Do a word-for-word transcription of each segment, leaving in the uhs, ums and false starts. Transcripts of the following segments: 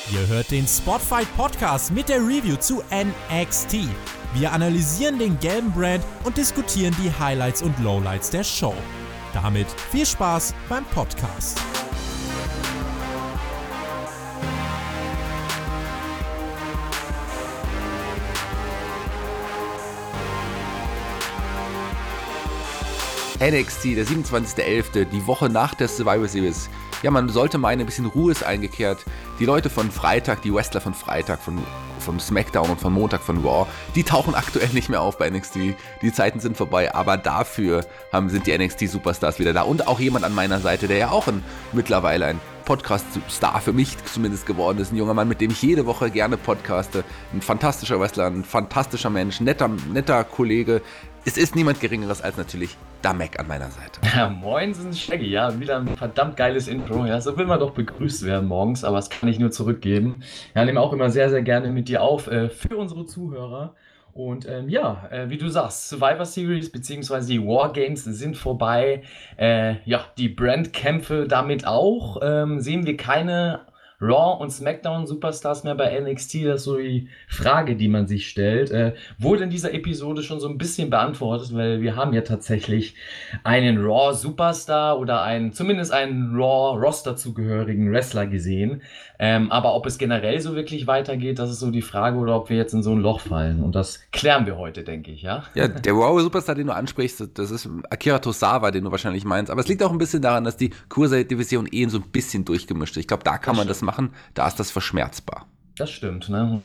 Ihr hört den Spotfight Podcast mit der Review zu N X T. Wir analysieren den gelben Brand und diskutieren die Highlights und Lowlights der Show. Damit viel Spaß beim Podcast. N X T, der siebenundzwanzigster elfter, die Woche nach der Survivor Series. Ja, man sollte meinen, ein bisschen Ruhe ist eingekehrt. Die Leute von Freitag, die Wrestler von Freitag, von, von SmackDown und von Montag von Raw, die tauchen aktuell nicht mehr auf bei N X T. Die Zeiten sind vorbei, aber dafür haben, sind die N X T-Superstars wieder da. Und auch jemand an meiner Seite, der ja auch ein, mittlerweile ein Podcast-Star für mich zumindest geworden ist. Ein junger Mann, mit dem ich jede Woche gerne podcaste. Ein fantastischer Wrestler, ein fantastischer Mensch, netter, netter Kollege. Es ist niemand Geringeres als natürlich Damek an meiner Seite. Ja, moin, sind Shaggy. Ja, wieder ein verdammt geiles Intro. Ja, so will man doch begrüßt werden morgens, aber das kann ich nur zurückgeben. Ja, nehme auch immer sehr, sehr gerne mit dir auf äh, für unsere Zuhörer. Und ähm, ja, äh, wie du sagst, Survivor Series bzw. die Wargames sind vorbei. Äh, ja, die Brandkämpfe damit auch. Ähm, sehen wir keine Raw und SmackDown Superstars mehr bei N X T, das ist so die Frage, die man sich stellt. Äh, wurde in dieser Episode schon so ein bisschen beantwortet, weil wir haben ja tatsächlich einen Raw Superstar oder einen, zumindest einen Raw Roster zugehörigen Wrestler gesehen. Ähm, aber ob es generell so wirklich weitergeht, das ist so die Frage, oder ob wir jetzt in so ein Loch fallen. Und das klären wir heute, denke ich, ja? Ja, der Raw Superstar, den du ansprichst, das ist Akira Tozawa, den du wahrscheinlich meinst. Aber es liegt auch ein bisschen daran, dass die Cruiserweight-Division eh so ein bisschen durchgemischt ist. Ich glaube, da kann man das machen, da ist das verschmerzbar. Das stimmt, ne?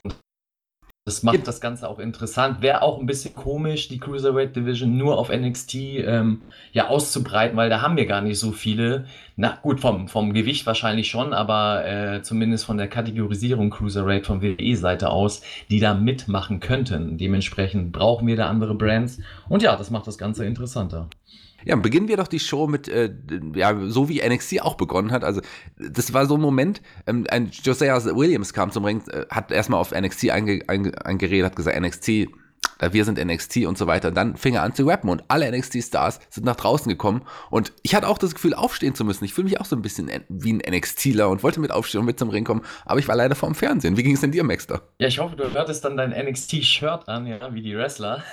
Das macht ja das Ganze auch interessant. Wäre auch ein bisschen komisch, die Cruiserweight Division nur auf N X T ähm, ja, auszubreiten, weil da haben wir gar nicht so viele. Na gut, vom, vom Gewicht wahrscheinlich schon, aber äh, zumindest von der Kategorisierung Cruiserweight von W W E-Seite aus, die da mitmachen könnten. Dementsprechend brauchen wir da andere Brands. Und ja, das macht das Ganze interessanter. Ja, beginnen wir doch die Show mit, äh, ja, so wie N X T auch begonnen hat. Also, das war so ein Moment, ähm, ein Josiah Williams kam zum Ring, äh, hat erstmal auf N X T einge, einge, eingeredet, hat gesagt, N X T, wir sind N X T und so weiter. Und dann fing er an zu rappen und alle N X T-Stars sind nach draußen gekommen. Und ich hatte auch das Gefühl, aufstehen zu müssen. Ich fühle mich auch so ein bisschen wie ein NXTler und wollte mit aufstehen und mit zum Ring kommen. Aber ich war leider vor dem Fernsehen. Wie ging es denn dir, Maxter? Ja, ich hoffe, du hattest dann dein N X T-Shirt an, ja, wie die Wrestler.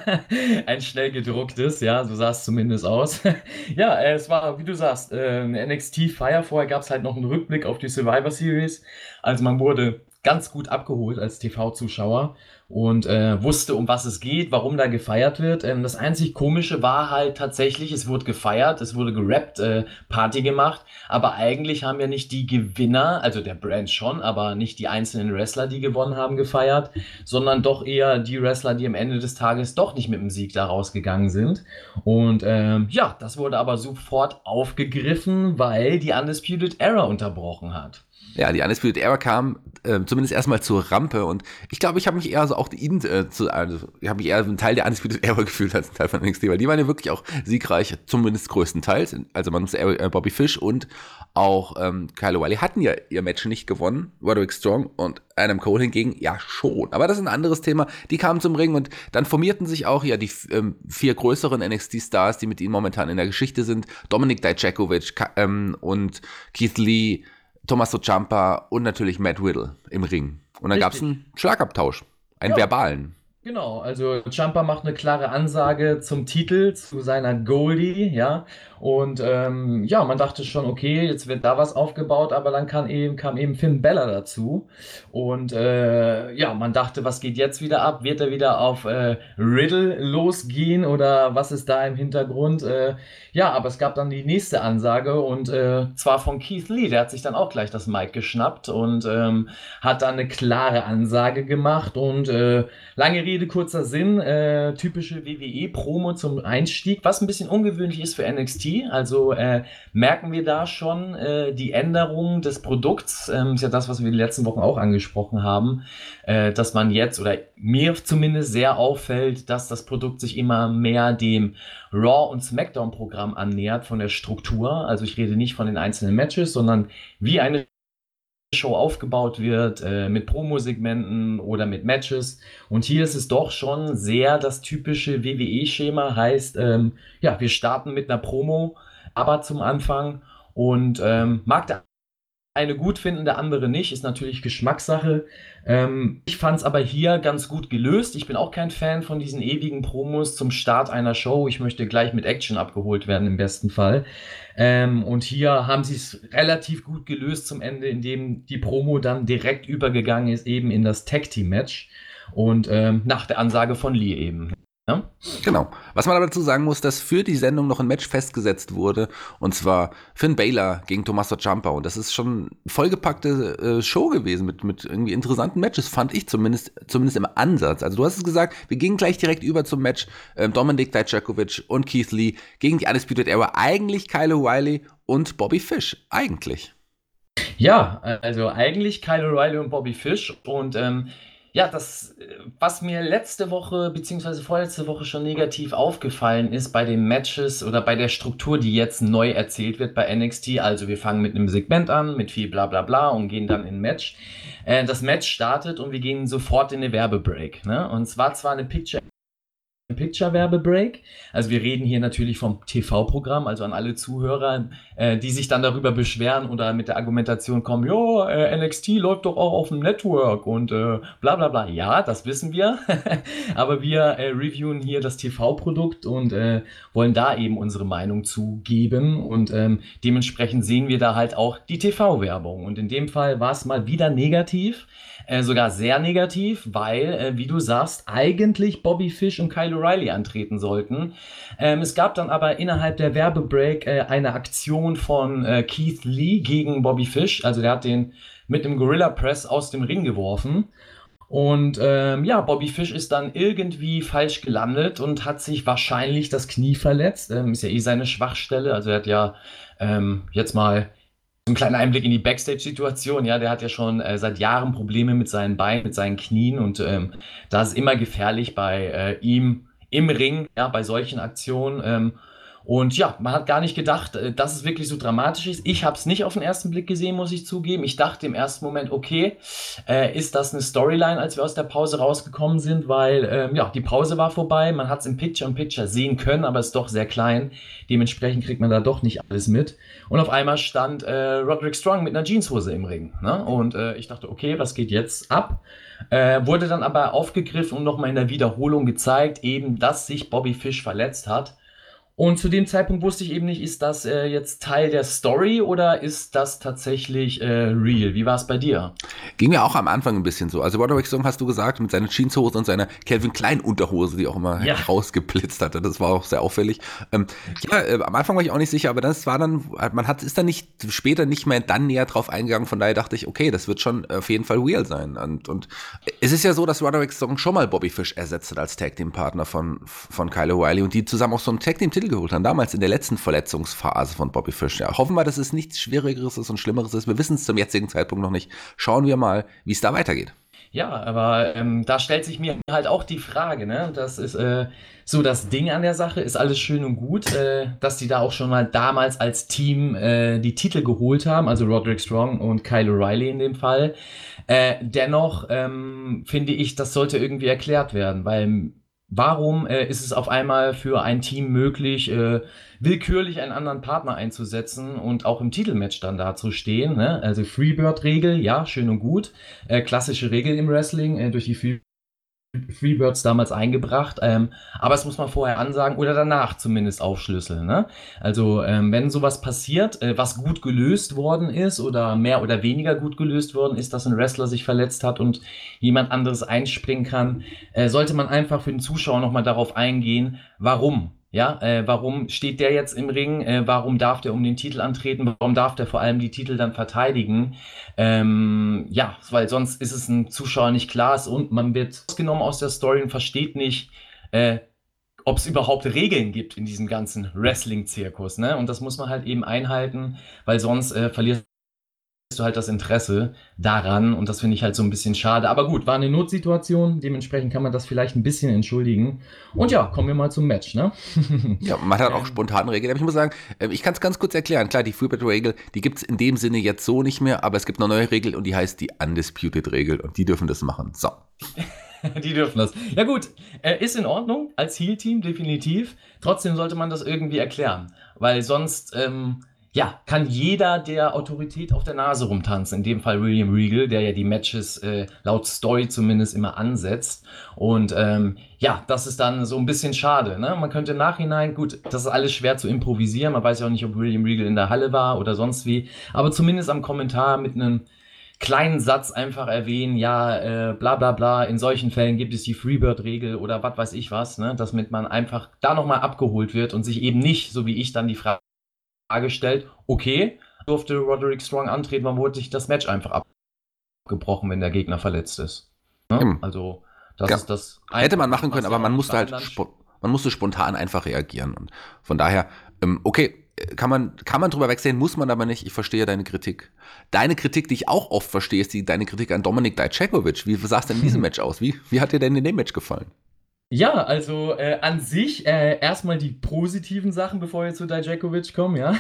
Ein schnell gedrucktes, ja, so sah es zumindest aus. Ja, äh, es war, wie du sagst, äh, ein N X T-Feier. Vorher gab es halt noch einen Rückblick auf die Survivor Series. Also man wurde ganz gut abgeholt als T V-Zuschauer und äh, wusste, um was es geht, warum da gefeiert wird. Ähm, das einzig Komische war halt tatsächlich, es wurde gefeiert, es wurde gerappt, äh, Party gemacht, aber eigentlich haben ja nicht die Gewinner, also der Brand schon, aber nicht die einzelnen Wrestler, die gewonnen haben, gefeiert, sondern doch eher die Wrestler, die am Ende des Tages doch nicht mit dem Sieg da rausgegangen sind. Und ähm, ja, das wurde aber sofort aufgegriffen, weil die Undisputed Era unterbrochen hat. Ja, die Undisputed Era kam äh, zumindest erstmal zur Rampe und ich glaube, ich habe mich eher so auch ihnen äh, zu, also ich habe mich eher ein Teil der Undisputed Era gefühlt als ein Teil von N X T, weil die waren ja wirklich auch siegreich, zumindest größtenteils. Also man muss äh, Bobby Fish und auch ähm, Kyle O'Reilly hatten ja ihr Match nicht gewonnen, Roderick Strong und Adam Cole hingegen ja schon. Aber das ist ein anderes Thema. Die kamen zum Ring und dann formierten sich auch ja die ähm, vier größeren N X T-Stars, die mit ihnen momentan in der Geschichte sind. Dominik Dijakovic Ka- ähm, und Keith Lee, Tommaso Ciampa und natürlich Matt Riddle im Ring. Und dann gab es einen Schlagabtausch, einen ja. verbalen. Genau, also Ciampa macht eine klare Ansage zum Titel, zu seiner Goldie, ja. Und ähm, ja, man dachte schon, okay, jetzt wird da was aufgebaut, aber dann kam eben, kam eben Finn Balor dazu. Und äh, ja, man dachte, was geht jetzt wieder ab? Wird er wieder auf äh, Riddle losgehen oder was ist da im Hintergrund? Äh, ja, aber es gab dann die nächste Ansage und äh, zwar von Keith Lee, der hat sich dann auch gleich das Mic geschnappt und ähm, hat dann eine klare Ansage gemacht und äh, lange Rede, kurzer Sinn, äh, typische W W E-Promo zum Einstieg, was ein bisschen ungewöhnlich ist für N X T. Also äh, merken wir da schon äh, die Änderung des Produkts, ähm, ist ja das, was wir in den letzten Wochen auch angesprochen haben, äh, dass man jetzt, oder mir zumindest sehr auffällt, dass das Produkt sich immer mehr dem Raw- und SmackDown-Programm annähert von der Struktur. Also ich rede nicht von den einzelnen Matches, sondern wie eine Show aufgebaut wird, äh, mit Promo-Segmenten oder mit Matches. Und hier ist es doch schon sehr das typische W W E-Schema, heißt, ähm, ja, wir starten mit einer Promo, aber zum Anfang und ähm, mag der eine gut finden, der andere nicht, ist natürlich Geschmackssache. Ähm, ich fand es aber hier ganz gut gelöst. Ich bin auch kein Fan von diesen ewigen Promos zum Start einer Show. Ich möchte gleich mit Action abgeholt werden im besten Fall. Ähm, und hier haben sie es relativ gut gelöst zum Ende, indem die Promo dann direkt übergegangen ist eben in das Tag-Team-Match. Und ähm, nach der Ansage von Lee eben. Ja? Genau. Was man aber dazu sagen muss, dass für die Sendung noch ein Match festgesetzt wurde, und zwar Finn Balor gegen Tommaso Ciampa. Und das ist schon eine vollgepackte äh, Show gewesen mit, mit irgendwie interessanten Matches, fand ich zumindest, zumindest im Ansatz. Also du hast es gesagt, wir gingen gleich direkt über zum Match ähm, Dominik Dijakovic und Keith Lee gegen die Undisputed Era. Eigentlich Kyle O'Reilly und Bobby Fish. Eigentlich. Ja, also eigentlich Kyle O'Reilly und Bobby Fish. Und ähm, ja, das, was mir letzte Woche beziehungsweise vorletzte Woche schon negativ aufgefallen ist bei den Matches oder bei der Struktur, die jetzt neu erzählt wird bei N X T, also wir fangen mit einem Segment an, mit viel bla bla bla und gehen dann in ein Match. Äh, das Match startet und wir gehen sofort in eine Werbebreak. Ne? Und zwar zwar eine Picture Picture-Werbebreak. Also wir reden hier natürlich vom T V-Programm, also an alle Zuhörer, äh, die sich dann darüber beschweren oder mit der Argumentation kommen, ja, äh, N X T läuft doch auch auf dem Network und äh, bla bla bla. Ja, das wissen wir, aber wir äh, reviewen hier das T V-Produkt und äh, wollen da eben unsere Meinung zugeben und ähm, dementsprechend sehen wir da halt auch die T V-Werbung und in dem Fall war es mal wieder negativ. Äh, sogar sehr negativ, weil, äh, wie du sagst, eigentlich Bobby Fish und Kyle O'Reilly antreten sollten. Ähm, es gab dann aber innerhalb der Werbebreak äh, eine Aktion von äh, Keith Lee gegen Bobby Fish. Also der hat den mit dem Gorilla Press aus dem Ring geworfen. Und ähm, ja, Bobby Fish ist dann irgendwie falsch gelandet und hat sich wahrscheinlich das Knie verletzt. Ähm, ist ja eh seine Schwachstelle. Also er hat ja ähm, jetzt mal ein kleiner Einblick in die Backstage-Situation, ja, der hat ja schon äh, seit Jahren Probleme mit seinen Beinen, mit seinen Knien und ähm, da ist es immer gefährlich bei äh, ihm im Ring, ja, bei solchen Aktionen. Ähm, und ja, man hat gar nicht gedacht, äh, dass es wirklich so dramatisch ist. Ich habe es nicht auf den ersten Blick gesehen, muss ich zugeben. Ich dachte im ersten Moment, okay, äh, ist das eine Storyline, als wir aus der Pause rausgekommen sind, weil ähm, ja, die Pause war vorbei, man hat es im Picture-in-Picture sehen können, aber es ist doch sehr klein. Dementsprechend kriegt man da doch nicht alles mit. Und auf einmal stand äh, Roderick Strong mit einer Jeanshose im Ring. Ne? Und äh, ich dachte, okay, was geht jetzt ab? Äh, wurde dann aber aufgegriffen und nochmal in der Wiederholung gezeigt, eben, dass sich Bobby Fish verletzt hat. Und zu dem Zeitpunkt wusste ich eben nicht, ist das äh, jetzt Teil der Story oder ist das tatsächlich äh, real? Wie war es bei dir? Ging mir auch am Anfang ein bisschen so. Also Roderick Strong, hast du gesagt, mit seiner Jeanshose und seiner Calvin Klein Unterhose, die auch immer ja. rausgeblitzt hatte. Das war auch sehr auffällig. Ähm, ja, äh, am Anfang war ich auch nicht sicher, aber das war dann, man hat ist dann nicht später nicht mehr dann näher drauf eingegangen. Von daher dachte ich, okay, das wird schon auf jeden Fall real sein. Und, und es ist ja so, dass Roderick Strong schon mal Bobby Fish ersetzt hat als Tag-Team-Partner von, von Kyle O'Reilly und die zusammen auch so einen Tag-Team-Titel geholt haben, damals in der letzten Verletzungsphase von Bobby Fish. Ja, hoffen wir, dass es nichts Schwierigeres ist und Schlimmeres ist. Wir wissen es zum jetzigen Zeitpunkt noch nicht. Schauen wir mal, wie es da weitergeht. Ja, aber ähm, da stellt sich mir halt auch die Frage, ne? Das ist äh, so das Ding an der Sache, ist alles schön und gut, äh, dass die da auch schon mal damals als Team äh, die Titel geholt haben, also Roderick Strong und Kyle O'Reilly in dem Fall. Äh, dennoch ähm, finde ich, das sollte irgendwie erklärt werden, weil warum äh, ist es auf einmal für ein Team möglich, äh, willkürlich einen anderen Partner einzusetzen und auch im Titelmatch dann dazustehen? Ne? Also Freebird-Regel, ja, schön und gut. Äh, klassische Regel im Wrestling, äh, durch die Free Freebirds damals eingebracht, ähm, aber es muss man vorher ansagen oder danach zumindest aufschlüsseln. Ne? Also ähm, wenn sowas passiert, äh, was gut gelöst worden ist oder mehr oder weniger gut gelöst worden ist, dass ein Wrestler sich verletzt hat und jemand anderes einspringen kann, äh, sollte man einfach für den Zuschauer nochmal darauf eingehen, warum. Ja, äh, warum steht der jetzt im Ring? Äh, warum darf der um den Titel antreten? Warum darf der vor allem die Titel dann verteidigen? Ähm, ja, weil sonst ist es ein Zuschauer nicht klar und man wird rausgenommen aus der Story und versteht nicht, äh, ob es überhaupt Regeln gibt in diesem ganzen Wrestling-Zirkus. Ne? Und das muss man halt eben einhalten, weil sonst äh, verlierst du halt das Interesse daran und das finde ich halt so ein bisschen schade. Aber gut, war eine Notsituation, dementsprechend kann man das vielleicht ein bisschen entschuldigen. Und ja, kommen wir mal zum Match, ne? Ja, man hat auch spontan Regeln, aber ich muss sagen, ich kann es ganz kurz erklären. Klar, die Freebird-Regel, die gibt es in dem Sinne jetzt so nicht mehr, aber es gibt eine neue Regel und die heißt die Undisputed-Regel und die dürfen das machen. So. Die dürfen das. Ja gut, äh, ist in Ordnung, als Heel-Team definitiv. Trotzdem sollte man das irgendwie erklären, weil sonst... Ähm, ja, kann jeder der Autorität auf der Nase rumtanzen. In dem Fall William Regal, der ja die Matches äh, laut Story zumindest immer ansetzt. Und ähm, ja, das ist dann so ein bisschen schade. Ne? Man könnte im Nachhinein, gut, das ist alles schwer zu improvisieren. Man weiß ja auch nicht, ob William Regal in der Halle war oder sonst wie. Aber zumindest am Kommentar mit einem kleinen Satz einfach erwähnen, ja, äh, bla bla bla, in solchen Fällen gibt es die Freebird-Regel oder was weiß ich was, ne? Damit man einfach da nochmal abgeholt wird und sich eben nicht, so wie ich dann die Frage stellt, okay, durfte Roderick Strong antreten, warum wurde sich das Match einfach abgebrochen, wenn der Gegner verletzt ist. Ne? Hm. Also, das Ja. ist das. Hätte man machen können, aber man musste halt, dann spo- man musste spontan einfach reagieren. Und von daher, ähm, okay, kann man, kann man drüber wegsehen, muss man aber nicht. Ich verstehe deine Kritik. Deine Kritik, die ich auch oft verstehe, ist die, deine Kritik an Dominik Dijakovic. Wie sah es denn in diesem Match aus? Wie, wie hat dir denn in dem Match gefallen? Ja, also äh, an sich äh, erstmal die positiven Sachen, bevor wir zu Dijakovic kommen, ja.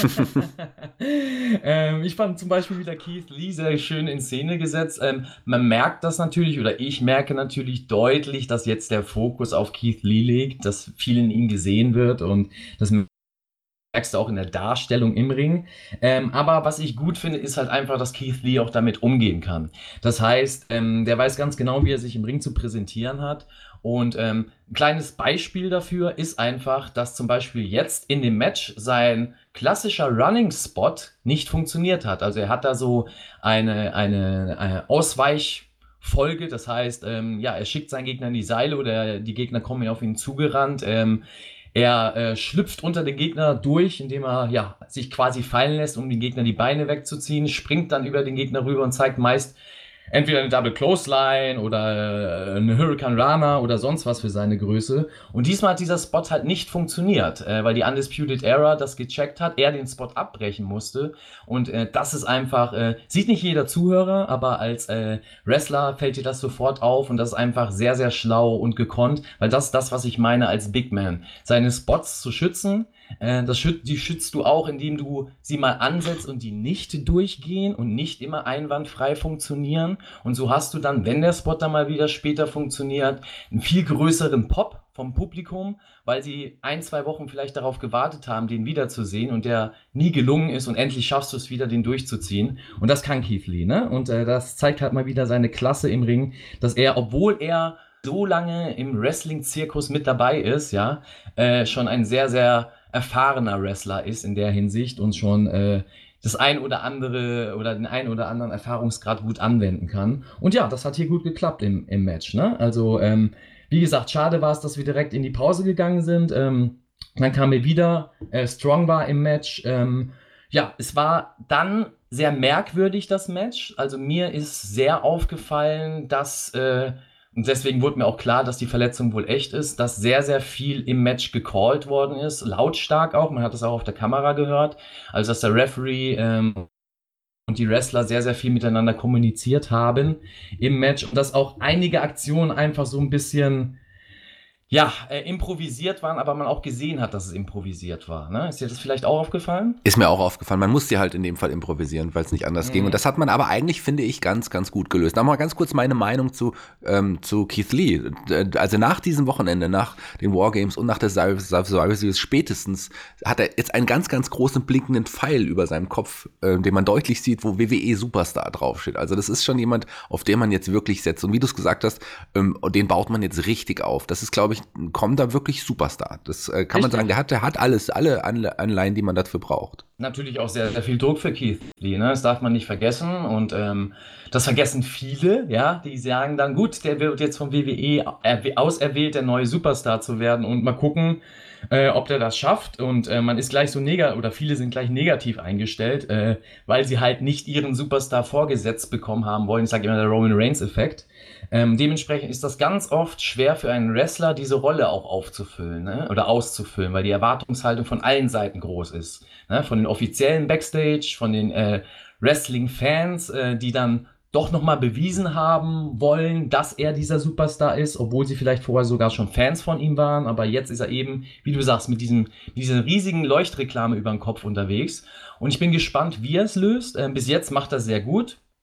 ähm, ich fand zum Beispiel wieder Keith Lee sehr schön in Szene gesetzt. Ähm, man merkt das natürlich, oder ich merke natürlich deutlich, dass jetzt der Fokus auf Keith Lee liegt, dass vielen ihn gesehen wird und das merkst du auch in der Darstellung im Ring. Ähm, aber was ich gut finde, ist halt einfach, dass Keith Lee auch damit umgehen kann. Das heißt, ähm, der weiß ganz genau, wie er sich im Ring zu präsentieren hat. Und ähm, ein kleines Beispiel dafür ist einfach, dass zum Beispiel jetzt in dem Match sein klassischer Running Spot nicht funktioniert hat. Also er hat da so eine, eine, eine Ausweichfolge, das heißt, ähm, ja, er schickt seinen Gegner in die Seile oder die Gegner kommen auf ihn zugerannt. Ähm, er äh, schlüpft unter den Gegner durch, indem er ja, sich quasi fallen lässt, um den Gegner die Beine wegzuziehen, springt dann über den Gegner rüber und zeigt meist entweder eine Double Clothesline oder eine Hurricane Rana oder sonst was für seine Größe. Und diesmal hat dieser Spot halt nicht funktioniert, äh, weil die Undisputed Era das gecheckt hat, er den Spot abbrechen musste. Und äh, das ist einfach, äh, sieht nicht jeder Zuhörer, aber als äh, Wrestler fällt dir das sofort auf und das ist einfach sehr, sehr schlau und gekonnt, weil das ist das, was ich meine als Big Man. Seine Spots zu schützen, äh, das schüt, die schützt du auch, indem du sie mal ansetzt und die nicht durchgehen und nicht immer einwandfrei funktionieren. Und so hast du dann, wenn der Spot dann mal wieder später funktioniert, einen viel größeren Pop vom Publikum, weil sie ein, zwei Wochen vielleicht darauf gewartet haben, den wiederzusehen und der nie gelungen ist und endlich schaffst du es wieder, den durchzuziehen. Und das kann Keith Lee, ne? Und äh, das zeigt halt mal wieder seine Klasse im Ring, dass er, obwohl er so lange im Wrestling-Zirkus mit dabei ist, ja, äh, schon ein sehr, sehr erfahrener Wrestler ist in der Hinsicht und schon äh, das ein oder andere oder den ein oder anderen Erfahrungsgrad gut anwenden kann. Und ja, das hat hier gut geklappt im, im Match, ne? Also, ähm, wie gesagt, schade war es, dass wir direkt in die Pause gegangen sind. Ähm, dann kam er wieder, äh, Strong war im Match. Ähm, ja, es war dann sehr merkwürdig, das Match. Also mir ist sehr aufgefallen, dass äh, und deswegen wurde mir auch klar, dass die Verletzung wohl echt ist, dass sehr, sehr viel im Match gecallt worden ist, lautstark auch, man hat das auch auf der Kamera gehört, also dass der Referee ähm, und die Wrestler sehr, sehr viel miteinander kommuniziert haben im Match und dass auch einige Aktionen einfach so ein bisschen, ja, äh, improvisiert waren, aber man auch gesehen hat, dass es improvisiert war. Ne? Ist dir das vielleicht auch aufgefallen? Ist mir auch aufgefallen. Man musste halt in dem Fall improvisieren, weil es nicht anders mhm. ging. Und das hat man aber eigentlich, finde ich, ganz, ganz gut gelöst. Nochmal ganz kurz meine Meinung zu, ähm, zu Keith Lee. Also nach diesem Wochenende, nach den Wargames und nach der Survivor Series spätestens, hat er jetzt einen ganz, ganz großen blinkenden Pfeil über seinem Kopf, äh, den man deutlich sieht, wo W W E Superstar draufsteht. Also das ist schon jemand, auf den man jetzt wirklich setzt. Und wie du es gesagt hast, ähm, den baut man jetzt richtig auf. Das ist, glaube ich, kommt da wirklich Superstar. Das äh, kann Richtig. man sagen, der hat, der hat alles, alle Anleihen, die man dafür braucht. Natürlich auch sehr, sehr viel Druck für Keith Lee, ne? Das darf man nicht vergessen und ähm, das vergessen viele, ja, die sagen dann, gut, der wird jetzt vom W W E auserwählt, der neue Superstar zu werden und mal gucken, äh, ob der das schafft und äh, man ist gleich so negativ, oder viele sind gleich negativ eingestellt, äh, weil sie halt nicht ihren Superstar vorgesetzt bekommen haben wollen. Ich sage immer der Roman Reigns-Effekt. Ähm, dementsprechend ist das ganz oft schwer für einen Wrestler, diese Rolle auch aufzufüllen, ne? Oder auszufüllen, weil die Erwartungshaltung von allen Seiten groß ist. Ne? Von den offiziellen Backstage, von den äh, Wrestling-Fans, äh, die dann doch nochmal bewiesen haben wollen, dass er dieser Superstar ist, obwohl sie vielleicht vorher sogar schon Fans von ihm waren, aber jetzt ist er eben, wie du sagst, mit diesem, dieser riesigen Leuchtreklame über den Kopf unterwegs und ich bin gespannt, wie er es löst. Äh, bis jetzt macht er sehr gut.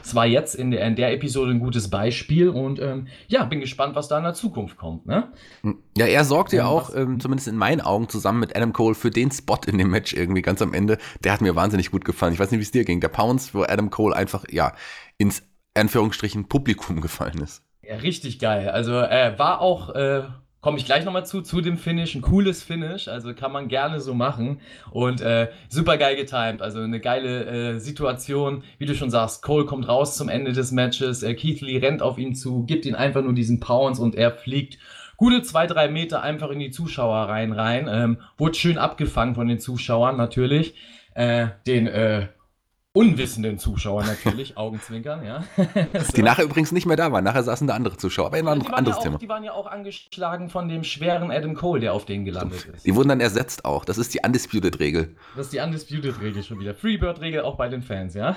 es war jetzt in der, in der Episode ein gutes Beispiel und ähm, ja, bin gespannt, was da in der Zukunft kommt. Ne? Ja, er sorgte ja Ähm, auch, was- ähm, zumindest in meinen Augen, zusammen mit Adam Cole für den Spot in dem Match irgendwie ganz am Ende. Der hat mir wahnsinnig gut gefallen. Ich weiß nicht, wie es dir ging. Der Pounce, wo Adam Cole einfach, ja, ins Anführungsstrichen Publikum gefallen ist. Ja, richtig geil. Also äh, war auch, äh, komme ich gleich nochmal zu, zu dem Finish, ein cooles Finish, also kann man gerne so machen und äh, super geil getimed, also eine geile äh, Situation, wie du schon sagst, Cole kommt raus zum Ende des Matches, äh, Keith Lee rennt auf ihn zu, gibt ihm einfach nur diesen Pounce und er fliegt gute zwei, drei Meter einfach in die Zuschauer rein, rein, ähm, wurde schön abgefangen von den Zuschauern natürlich, äh, den äh, unwissenden Zuschauern natürlich, Augenzwinkern, ja. Die nachher übrigens nicht mehr da waren. Nachher saßen da andere Zuschauer. Aber ein Ja, anderes die, waren ja auch, Thema. die waren ja auch angeschlagen von dem schweren Adam Cole, der auf denen gelandet ist. Die wurden dann ersetzt auch. Das ist die Undisputed-Regel. Das ist die Undisputed-Regel schon wieder. Freebird-Regel auch bei den Fans, ja?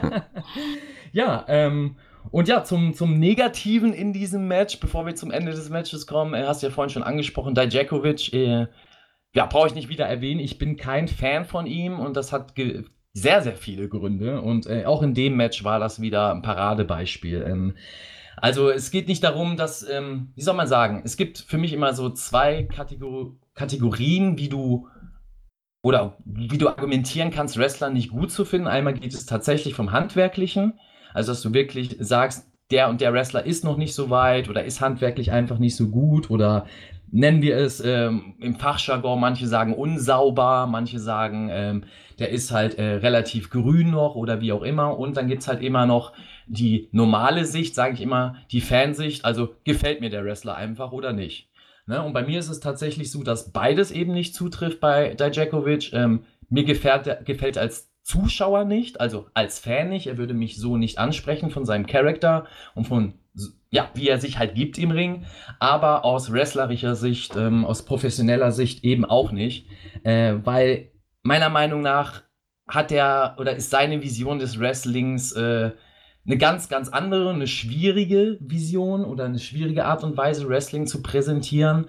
ja, ähm, und ja, zum, zum Negativen in diesem Match, bevor wir zum Ende des Matches kommen, äh, hast du ja vorhin schon angesprochen, Dijakovic, äh, ja, brauche ich nicht wieder erwähnen. Ich bin kein Fan von ihm und das hat ge- sehr, sehr viele Gründe. Und äh, auch in dem Match war das wieder ein Paradebeispiel. Ähm, also es geht nicht darum, dass, ähm, wie soll man sagen, es gibt für mich immer so zwei Kategor- Kategorien, wie du oder wie du argumentieren kannst, Wrestler nicht gut zu finden. Einmal geht es tatsächlich vom Handwerklichen, also dass du wirklich sagst, der und der Wrestler ist noch nicht so weit oder ist handwerklich einfach nicht so gut oder nennen wir es ähm, im Fachjargon, manche sagen unsauber, manche sagen, ähm, der ist halt äh, relativ grün noch oder wie auch immer. Und dann gibt's halt immer noch die normale Sicht, sage ich immer, die Fansicht, also gefällt mir der Wrestler einfach oder nicht. Ne? Und bei mir ist es tatsächlich so, dass beides eben nicht zutrifft bei Dijakovic. Ähm, mir gefällt, gefällt als Zuschauer nicht, also als Fan nicht. Er würde mich so nicht ansprechen von seinem Charakter und von, ja, wie er sich halt gibt im Ring. Aber aus wrestlerischer Sicht, ähm, aus professioneller Sicht eben auch nicht. Äh, weil meiner Meinung nach hat er oder ist seine Vision des Wrestlings äh, eine ganz, ganz andere, eine schwierige Vision oder eine schwierige Art und Weise, Wrestling zu präsentieren.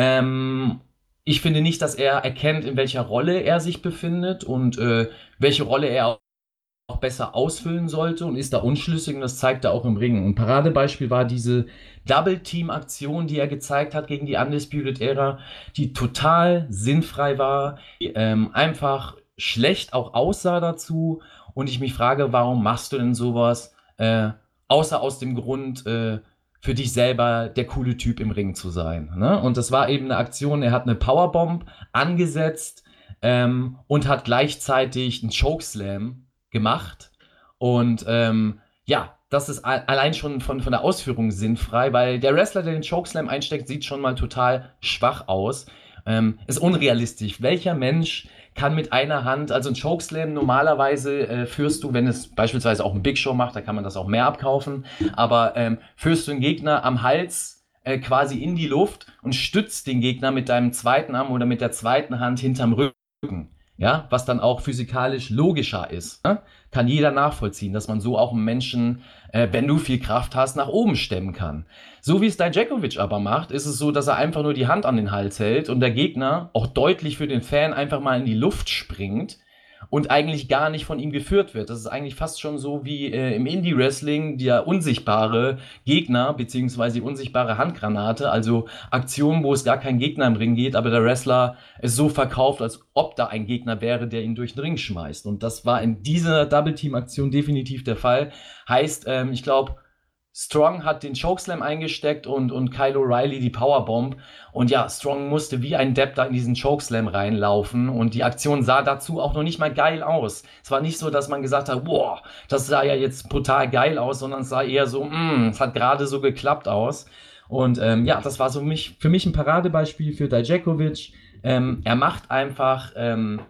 Ähm, ich finde nicht, dass er erkennt, in welcher Rolle er sich befindet und äh, welche Rolle er auch besser ausfüllen sollte und ist da unschlüssig und das zeigt er auch im Ring. Und Paradebeispiel war diese Double-Team-Aktion, die er gezeigt hat gegen die Undisputed Era, die total sinnfrei war, die, ähm, einfach schlecht auch aussah dazu und ich mich frage, warum machst du denn sowas, äh, außer aus dem Grund, äh, für dich selber der coole Typ im Ring zu sein. Ne? Und das war eben eine Aktion, er hat eine Powerbomb angesetzt ähm, und hat gleichzeitig einen Chokeslam gemacht. Und ähm, ja, das ist a- allein schon von, von der Ausführung sinnfrei, weil der Wrestler, der den Chokeslam einsteckt, sieht schon mal total schwach aus. Ähm, ist unrealistisch. Welcher Mensch kann mit einer Hand, also ein Chokeslam normalerweise äh, führst du, wenn es beispielsweise auch ein Big Show macht, da kann man das auch mehr abkaufen, aber ähm, führst du einen Gegner am Hals äh, quasi in die Luft und stützt den Gegner mit deinem zweiten Arm oder mit der zweiten Hand hinterm Rücken. Ja, was dann auch physikalisch logischer ist. Ne? Kann jeder nachvollziehen, dass man so auch einen Menschen, äh, wenn du viel Kraft hast, nach oben stemmen kann. So wie es Dijakovic aber macht, ist es so, dass er einfach nur die Hand an den Hals hält und der Gegner auch deutlich für den Fan einfach mal in die Luft springt und eigentlich gar nicht von ihm geführt wird. Das ist eigentlich fast schon so wie äh, im Indie-Wrestling der unsichtbare Gegner beziehungsweise die unsichtbare Handgranate, also Aktionen, wo es gar kein Gegner im Ring geht, aber der Wrestler es so verkauft, als ob da ein Gegner wäre, der ihn durch den Ring schmeißt. Und das war in dieser Double-Team-Aktion definitiv der Fall. Heißt, ähm, ich glaube, Strong hat den Chokeslam eingesteckt und, und Kyle O'Reilly die Powerbomb. Und ja, Strong musste wie ein Depp da in diesen Chokeslam reinlaufen. Und die Aktion sah dazu auch noch nicht mal geil aus. Es war nicht so, dass man gesagt hat, boah, das sah ja jetzt brutal geil aus, sondern es sah eher so, mh, es hat gerade so geklappt aus. Und ähm, ja, das war so mich, für mich ein Paradebeispiel für Dijakovic. Ähm, er macht einfach ähm,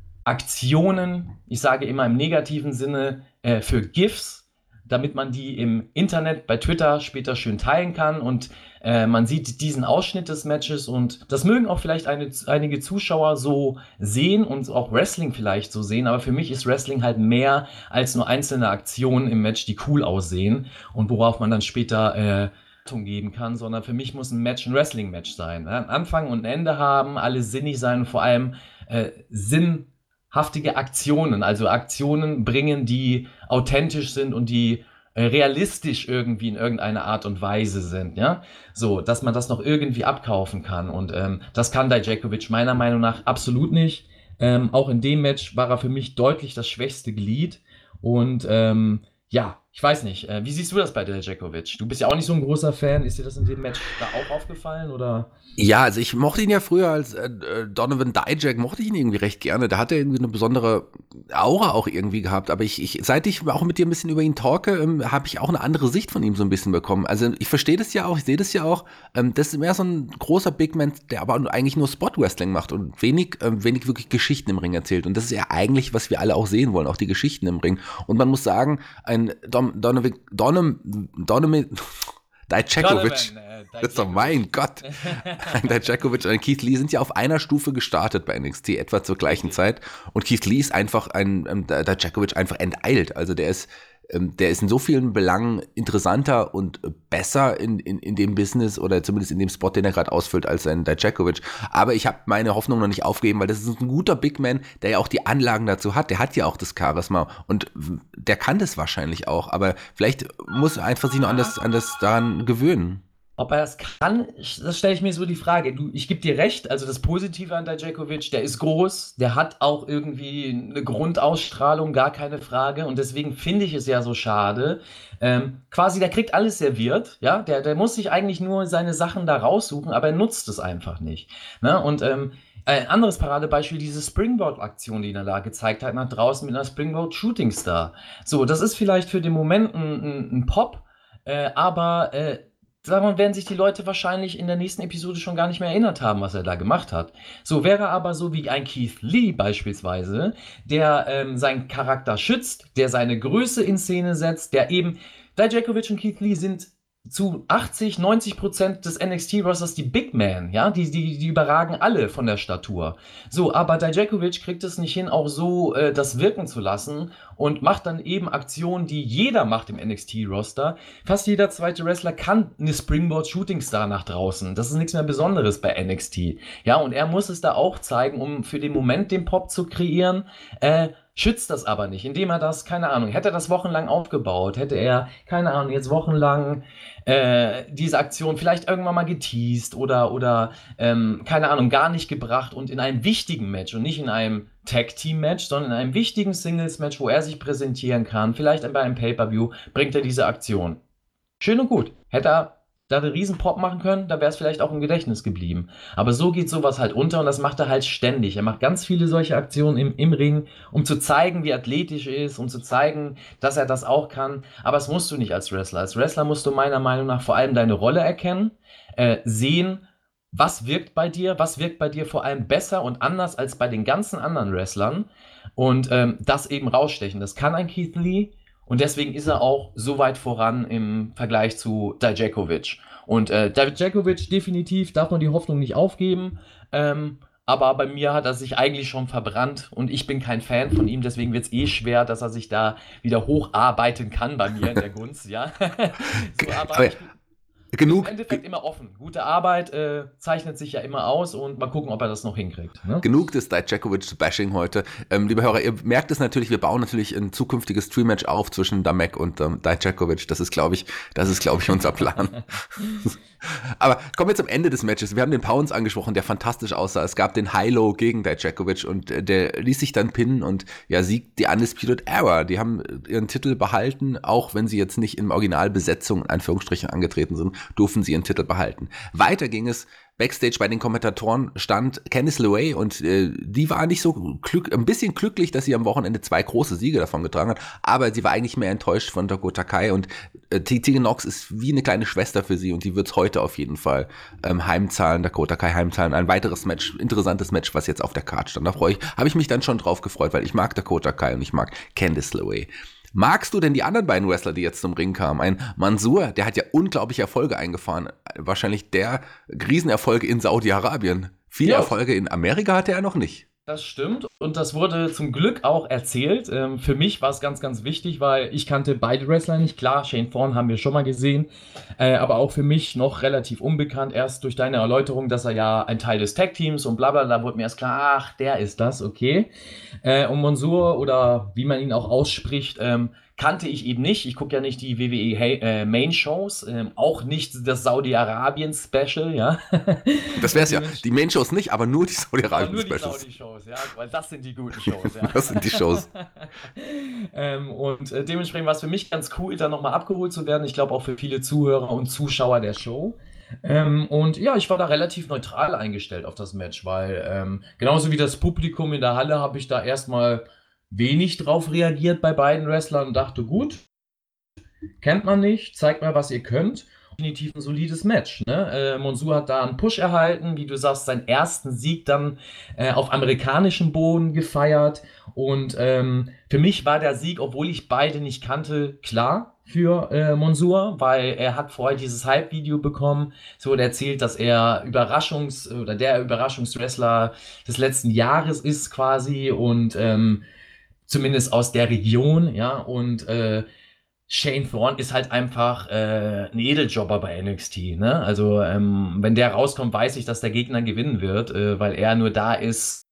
Aktionen, ich sage immer im negativen Sinne, äh, für GIFs, damit man die im Internet, bei Twitter später schön teilen kann und äh, man sieht diesen Ausschnitt des Matches und das mögen auch vielleicht eine, einige Zuschauer so sehen und auch Wrestling vielleicht so sehen, aber für mich ist Wrestling halt mehr als nur einzelne Aktionen im Match, die cool aussehen und worauf man dann später äh, geben kann, sondern für mich muss ein Match ein Wrestling-Match sein. Ein Anfang und ein Ende haben, alle sinnig sein und vor allem äh, Sinn haftige Aktionen, also Aktionen bringen, die authentisch sind und die äh, realistisch irgendwie in irgendeiner Art und Weise sind, ja, so, dass man das noch irgendwie abkaufen kann und ähm, das kann Dijakovic meiner Meinung nach absolut nicht. Ähm, auch in dem Match war er für mich deutlich das schwächste Glied und ähm, ja, ich weiß nicht, äh, wie siehst du das bei Dijakovic? Du bist ja auch nicht so ein großer Fan, ist dir das in dem Match da auch aufgefallen oder? Ja, also ich mochte ihn ja früher als äh, Donovan Dijak, mochte ich ihn irgendwie recht gerne. Da hat er irgendwie eine besondere Aura auch irgendwie gehabt. Aber ich, ich seit ich auch mit dir ein bisschen über ihn talke, ähm, habe ich auch eine andere Sicht von ihm so ein bisschen bekommen. Also ich verstehe das ja auch, ich sehe das ja auch. Ähm, das ist mehr so ein großer Big Man, der aber eigentlich nur Spot-Wrestling macht und wenig, ähm, wenig wirklich Geschichten im Ring erzählt. Und das ist ja eigentlich, was wir alle auch sehen wollen, auch die Geschichten im Ring. Und man muss sagen, ein Dom, Donovan, Donovan, Donovan, Dijakovic, das ist doch mein Gott. Ein Dijakovic und ein Keith Lee sind ja auf einer Stufe gestartet bei N X T, etwa zur gleichen Zeit. Und Keith Lee ist einfach ein, ähm, Dijakovic einfach enteilt. Also der ist, ähm, der ist in so vielen Belangen interessanter und besser in, in, in dem Business oder zumindest in dem Spot, den er gerade ausfüllt, als ein Dijakovic. Aber ich habe meine Hoffnung noch nicht aufgegeben, weil das ist ein guter Big Man, der ja auch die Anlagen dazu hat. Der hat ja auch das Charisma und der kann das wahrscheinlich auch. Aber vielleicht muss er einfach sich noch an das, an das daran gewöhnen. Ob er das kann, das stelle ich mir so die Frage. Du, ich gebe dir recht, also das Positive an Dijakovic, der ist groß, der hat auch irgendwie eine Grundausstrahlung, gar keine Frage. Und deswegen finde ich es ja so schade. Ähm, quasi, der kriegt alles serviert, ja, der, der muss sich eigentlich nur seine Sachen da raussuchen, aber er nutzt es einfach nicht. Ne? Und ähm, ein anderes Paradebeispiel, diese Springboard-Aktion, die er da gezeigt hat, nach draußen mit einer Springboard-Shooting-Star. So, das ist vielleicht für den Moment ein, ein, ein Pop, äh, aber äh, sagen wir, werden sich die Leute wahrscheinlich in der nächsten Episode schon gar nicht mehr erinnert haben, was er da gemacht hat. So wäre aber so wie ein Keith Lee beispielsweise, der ähm, seinen Charakter schützt, der seine Größe in Szene setzt, der eben, Dijakovic und Keith Lee sind zu achtzig, neunzig Prozent des N X T-Rosters die Big Man, ja, die, die, die überragen alle von der Statur. So, aber Dijakovic kriegt es nicht hin, auch so äh, das wirken zu lassen und macht dann eben Aktionen, die jeder macht im N X T-Roster. Fast jeder zweite Wrestler kann eine Springboard-Shooting-Star nach draußen. Das ist nichts mehr Besonderes bei N X T. Ja, und er muss es da auch zeigen, um für den Moment den Pop zu kreieren, äh, schützt das aber nicht, indem er das, keine Ahnung, hätte er das wochenlang aufgebaut, hätte er, keine Ahnung, jetzt wochenlang äh, diese Aktion vielleicht irgendwann mal geteased oder, oder ähm, keine Ahnung, gar nicht gebracht und in einem wichtigen Match und nicht in einem Tag-Team-Match, sondern in einem wichtigen Singles-Match, wo er sich präsentieren kann, vielleicht bei einem Pay-Per-View, bringt er diese Aktion. Schön und gut. Hätte er da einen riesen Pop machen können, da wäre es vielleicht auch im Gedächtnis geblieben. Aber so geht sowas halt unter und das macht er halt ständig. Er macht ganz viele solche Aktionen im, im Ring, um zu zeigen, wie athletisch er ist, um zu zeigen, dass er das auch kann. Aber das musst du nicht als Wrestler. Als Wrestler musst du meiner Meinung nach vor allem deine Rolle erkennen, äh, sehen, was wirkt bei dir, was wirkt bei dir vor allem besser und anders als bei den ganzen anderen Wrestlern und ähm, das eben rausstechen. Das kann ein Keith Lee. Und deswegen ist er auch so weit voran im Vergleich zu Dijakovic. Und äh, Dijakovic definitiv darf man die Hoffnung nicht aufgeben. Ähm, aber bei mir hat er sich eigentlich schon verbrannt und ich bin kein Fan von ihm. Deswegen wird es eh schwer, dass er sich da wieder hocharbeiten kann bei mir in der Gunst. Ja? so, aber aber ich, genug, im Endeffekt immer offen. Gute Arbeit äh, zeichnet sich ja immer aus und mal gucken, ob er das noch hinkriegt. Ne? Genug des Dijakovic-Bashing heute. Ähm, liebe Hörer, ihr merkt es natürlich, wir bauen natürlich ein zukünftiges Stream-Match auf zwischen Damek und ähm, Dijakovic. Das ist, glaube ich, das ist, glaube ich, unser Plan. Aber kommen wir zum Ende des Matches. Wir haben den Pounce angesprochen, der fantastisch aussah. Es gab den High-Low gegen Dijakovic und äh, der ließ sich dann pinnen und ja, siegt die Undisputed Era. Die haben ihren Titel behalten, auch wenn sie jetzt nicht in Originalbesetzung in Anführungsstrichen angetreten sind, durften sie ihren Titel behalten. Weiter ging es Backstage bei den Kommentatoren stand Candice LeRae und äh, die war nicht so glück, ein bisschen glücklich, dass sie am Wochenende zwei große Siege davon getragen hat, aber sie war eigentlich mehr enttäuscht von Dakota Kai und äh, Tegan Nox ist wie eine kleine Schwester für sie und die wird es heute auf jeden Fall ähm, heimzahlen, Dakota Kai heimzahlen. Ein weiteres Match, interessantes Match, was jetzt auf der Card stand. Da freue ich, habe ich mich dann schon drauf gefreut, weil ich mag Dakota Kai und ich mag Candice LeRae. Magst du denn die anderen beiden Wrestler, die jetzt zum Ring kamen? Ein Mansoor, der hat ja unglaubliche Erfolge eingefahren. Wahrscheinlich der Riesenerfolge in Saudi-Arabien. Viele ja. Erfolge in Amerika hatte er noch nicht. Das stimmt und das wurde zum Glück auch erzählt. Ähm, für mich war es ganz, ganz wichtig, weil ich kannte beide Wrestler nicht. Klar, Shane Thorne haben wir schon mal gesehen, äh, aber auch für mich noch relativ unbekannt. Erst durch deine Erläuterung, dass er ja ein Teil des Tag-Teams und bla bla, da wurde mir erst klar, ach, der ist das, okay. Äh, und Mansoor oder wie man ihn auch ausspricht, ähm, kannte ich eben nicht. Ich gucke ja nicht die W W E Hey- äh, Main-Shows, ähm, auch nicht das Saudi-Arabien-Special, ja. Das wäre es ja. Die Main-Shows nicht, aber nur die Aber nur die Saudi-Arabien-Specials. Saudi-Shows, ja, weil das sind die guten Shows, ja. Das sind die Shows. ähm, und äh, dementsprechend war es für mich ganz cool, da nochmal abgeholt zu werden. Ich glaube auch für viele Zuhörer und Zuschauer der Show. Ähm, und ja, ich war da relativ neutral eingestellt auf das Match, weil ähm, genauso wie das Publikum in der Halle habe ich da erstmal wenig drauf reagiert bei beiden Wrestlern und dachte, gut, kennt man nicht, zeigt mal, was ihr könnt. Definitiv ein solides Match. Ne? Äh, Mansoor hat da einen Push erhalten, wie du sagst, seinen ersten Sieg dann äh, auf amerikanischem Boden gefeiert. Und ähm, für mich war der Sieg, obwohl ich beide nicht kannte, klar für äh, Mansoor, weil er hat vorher dieses Hype-Video bekommen, so wurde erzählt, dass er Überraschungs- oder der Überraschungswrestler des letzten Jahres ist quasi und ähm, zumindest aus der Region, ja, und äh, Shane Thorne ist halt einfach äh, ein Edeljobber bei N X T, ne? Also, ähm, wenn der rauskommt, weiß ich, dass der Gegner gewinnen wird, äh, weil er nur da ist,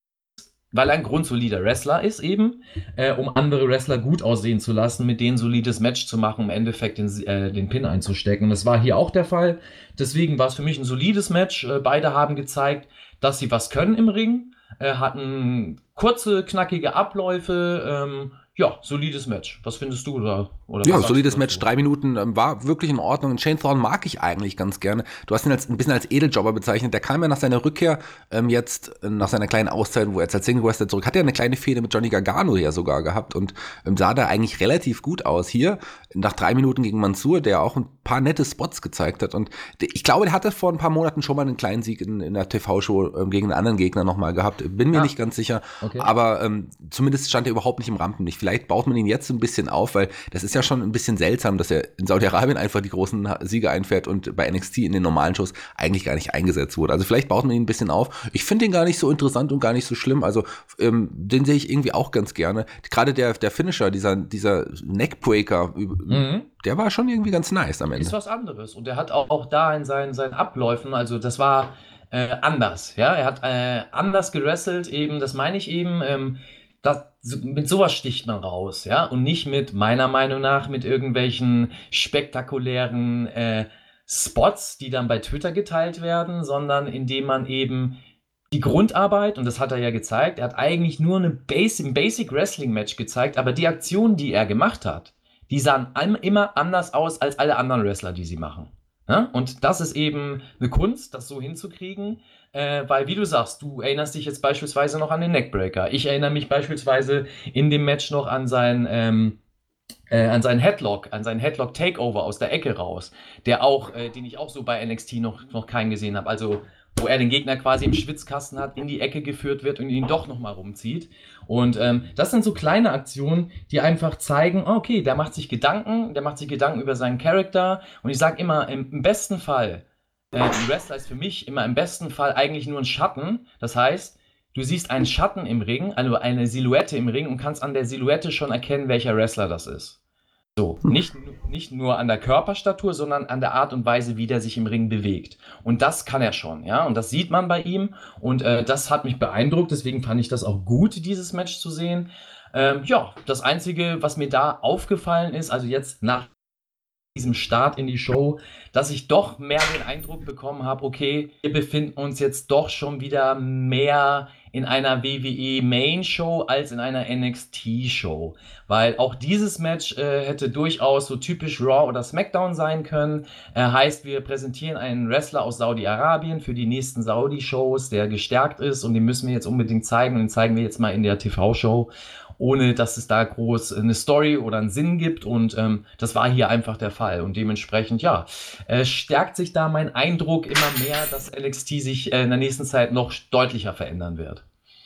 weil er ein grundsolider Wrestler ist eben, äh, um andere Wrestler gut aussehen zu lassen, mit denen ein solides Match zu machen, um im Endeffekt den, äh, den Pin einzustecken. Und das war hier auch der Fall. Deswegen war es für mich ein solides Match. Äh, beide haben gezeigt, dass sie was können im Ring, äh, hatten kurze, knackige Abläufe, ähm, ja, solides Match. Was findest du da? Oder Ja, was sagst solides du Match, dazu? drei Minuten, ähm, war wirklich in Ordnung. Und Shane Thorne mag ich eigentlich ganz gerne. Du hast ihn als, ein bisschen als Edeljobber bezeichnet. Der kam ja nach seiner Rückkehr ähm, jetzt, äh, nach seiner kleinen Auszeit, wo er jetzt als Single Wrestler zurück, hat er eine kleine Fehde mit Johnny Gargano ja sogar gehabt und ähm, sah da eigentlich relativ gut aus. Hier, nach drei Minuten gegen Mansoor, der auch ein paar nette Spots gezeigt hat. Und der, ich glaube, der hatte vor ein paar Monaten schon mal einen kleinen Sieg in, in der T V-Show ähm, gegen einen anderen Gegner nochmal gehabt. Bin mir Ja, nicht ganz sicher. okay. Aber ähm, zumindest stand er überhaupt nicht im Rampenlicht. Vielleicht baut man ihn jetzt so ein bisschen auf, weil das ist ja schon ein bisschen seltsam, dass er in Saudi-Arabien einfach die großen Siege einfährt und bei N X T in den normalen Shows eigentlich gar nicht eingesetzt wurde. Also vielleicht baut man ihn ein bisschen auf. Ich finde ihn gar nicht so interessant und gar nicht so schlimm. Also ähm, den sehe ich irgendwie auch ganz gerne. Gerade der, der Finisher, dieser, dieser Neckbreaker, Mhm. der war schon irgendwie ganz nice am Ist Ende. was anderes. Und er hat auch, auch da in seinen, seinen Abläufen, also das war äh, anders. Ja, er hat äh, anders gewrestelt, eben, das meine ich eben. Ähm, das, so, mit sowas sticht man raus, ja, und nicht mit, meiner Meinung nach, mit irgendwelchen spektakulären äh, Spots, die dann bei Twitter geteilt werden, sondern indem man eben die Grundarbeit, und das hat er ja gezeigt, er hat eigentlich nur eine Basic, ein Basic Wrestling Match gezeigt, aber die Aktionen, die er gemacht hat, die sahen allem immer anders aus als alle anderen Wrestler, die sie machen. Ja? Und das ist eben eine Kunst, das so hinzukriegen, äh, weil, wie du sagst, du erinnerst dich jetzt beispielsweise noch an den Neckbreaker. Ich erinnere mich beispielsweise in dem Match noch an sein, ähm, äh, an seinen Headlock, an seinen Headlock Takeover aus der Ecke raus, der auch, äh, den ich auch so bei N X T noch, noch keinen gesehen habe. Also, wo er den Gegner quasi im Schwitzkasten hat, in die Ecke geführt wird und ihn doch nochmal rumzieht. Und ähm, das sind so kleine Aktionen, die einfach zeigen, okay, der macht sich Gedanken, der macht sich Gedanken über seinen Charakter. Und ich sage immer, im, im besten Fall, äh, ein Wrestler ist für mich immer im besten Fall eigentlich nur ein Schatten. Das heißt, du siehst einen Schatten im Ring, also eine Silhouette im Ring und kannst an der Silhouette schon erkennen, welcher Wrestler das ist. So, nicht, nicht nur an der Körperstatur, sondern an der Art und Weise, wie der sich im Ring bewegt. Und das kann er schon, ja. Und das sieht man bei ihm. Und äh, das hat mich beeindruckt. Deswegen fand ich das auch gut, dieses Match zu sehen. Ähm, ja, das Einzige, was mir da aufgefallen ist, also jetzt nach diesem Start in die Show, dass ich doch mehr den Eindruck bekommen habe, okay, wir befinden uns jetzt doch schon wieder mehr in einer W W E Main Show als in einer N X T Show, weil auch dieses Match äh, hätte durchaus so typisch Raw oder SmackDown sein können. Äh, heißt, wir präsentieren einen Wrestler aus Saudi-Arabien für die nächsten Saudi-Shows, der gestärkt ist und den müssen wir jetzt unbedingt zeigen und den zeigen wir jetzt mal in der T V-Show, ohne dass es da groß eine Story oder einen Sinn gibt. Und ähm, das war hier einfach der Fall. Und dementsprechend, ja, äh, stärkt sich da mein Eindruck immer mehr, dass N X T sich äh, in der nächsten Zeit noch deutlicher verändern wird.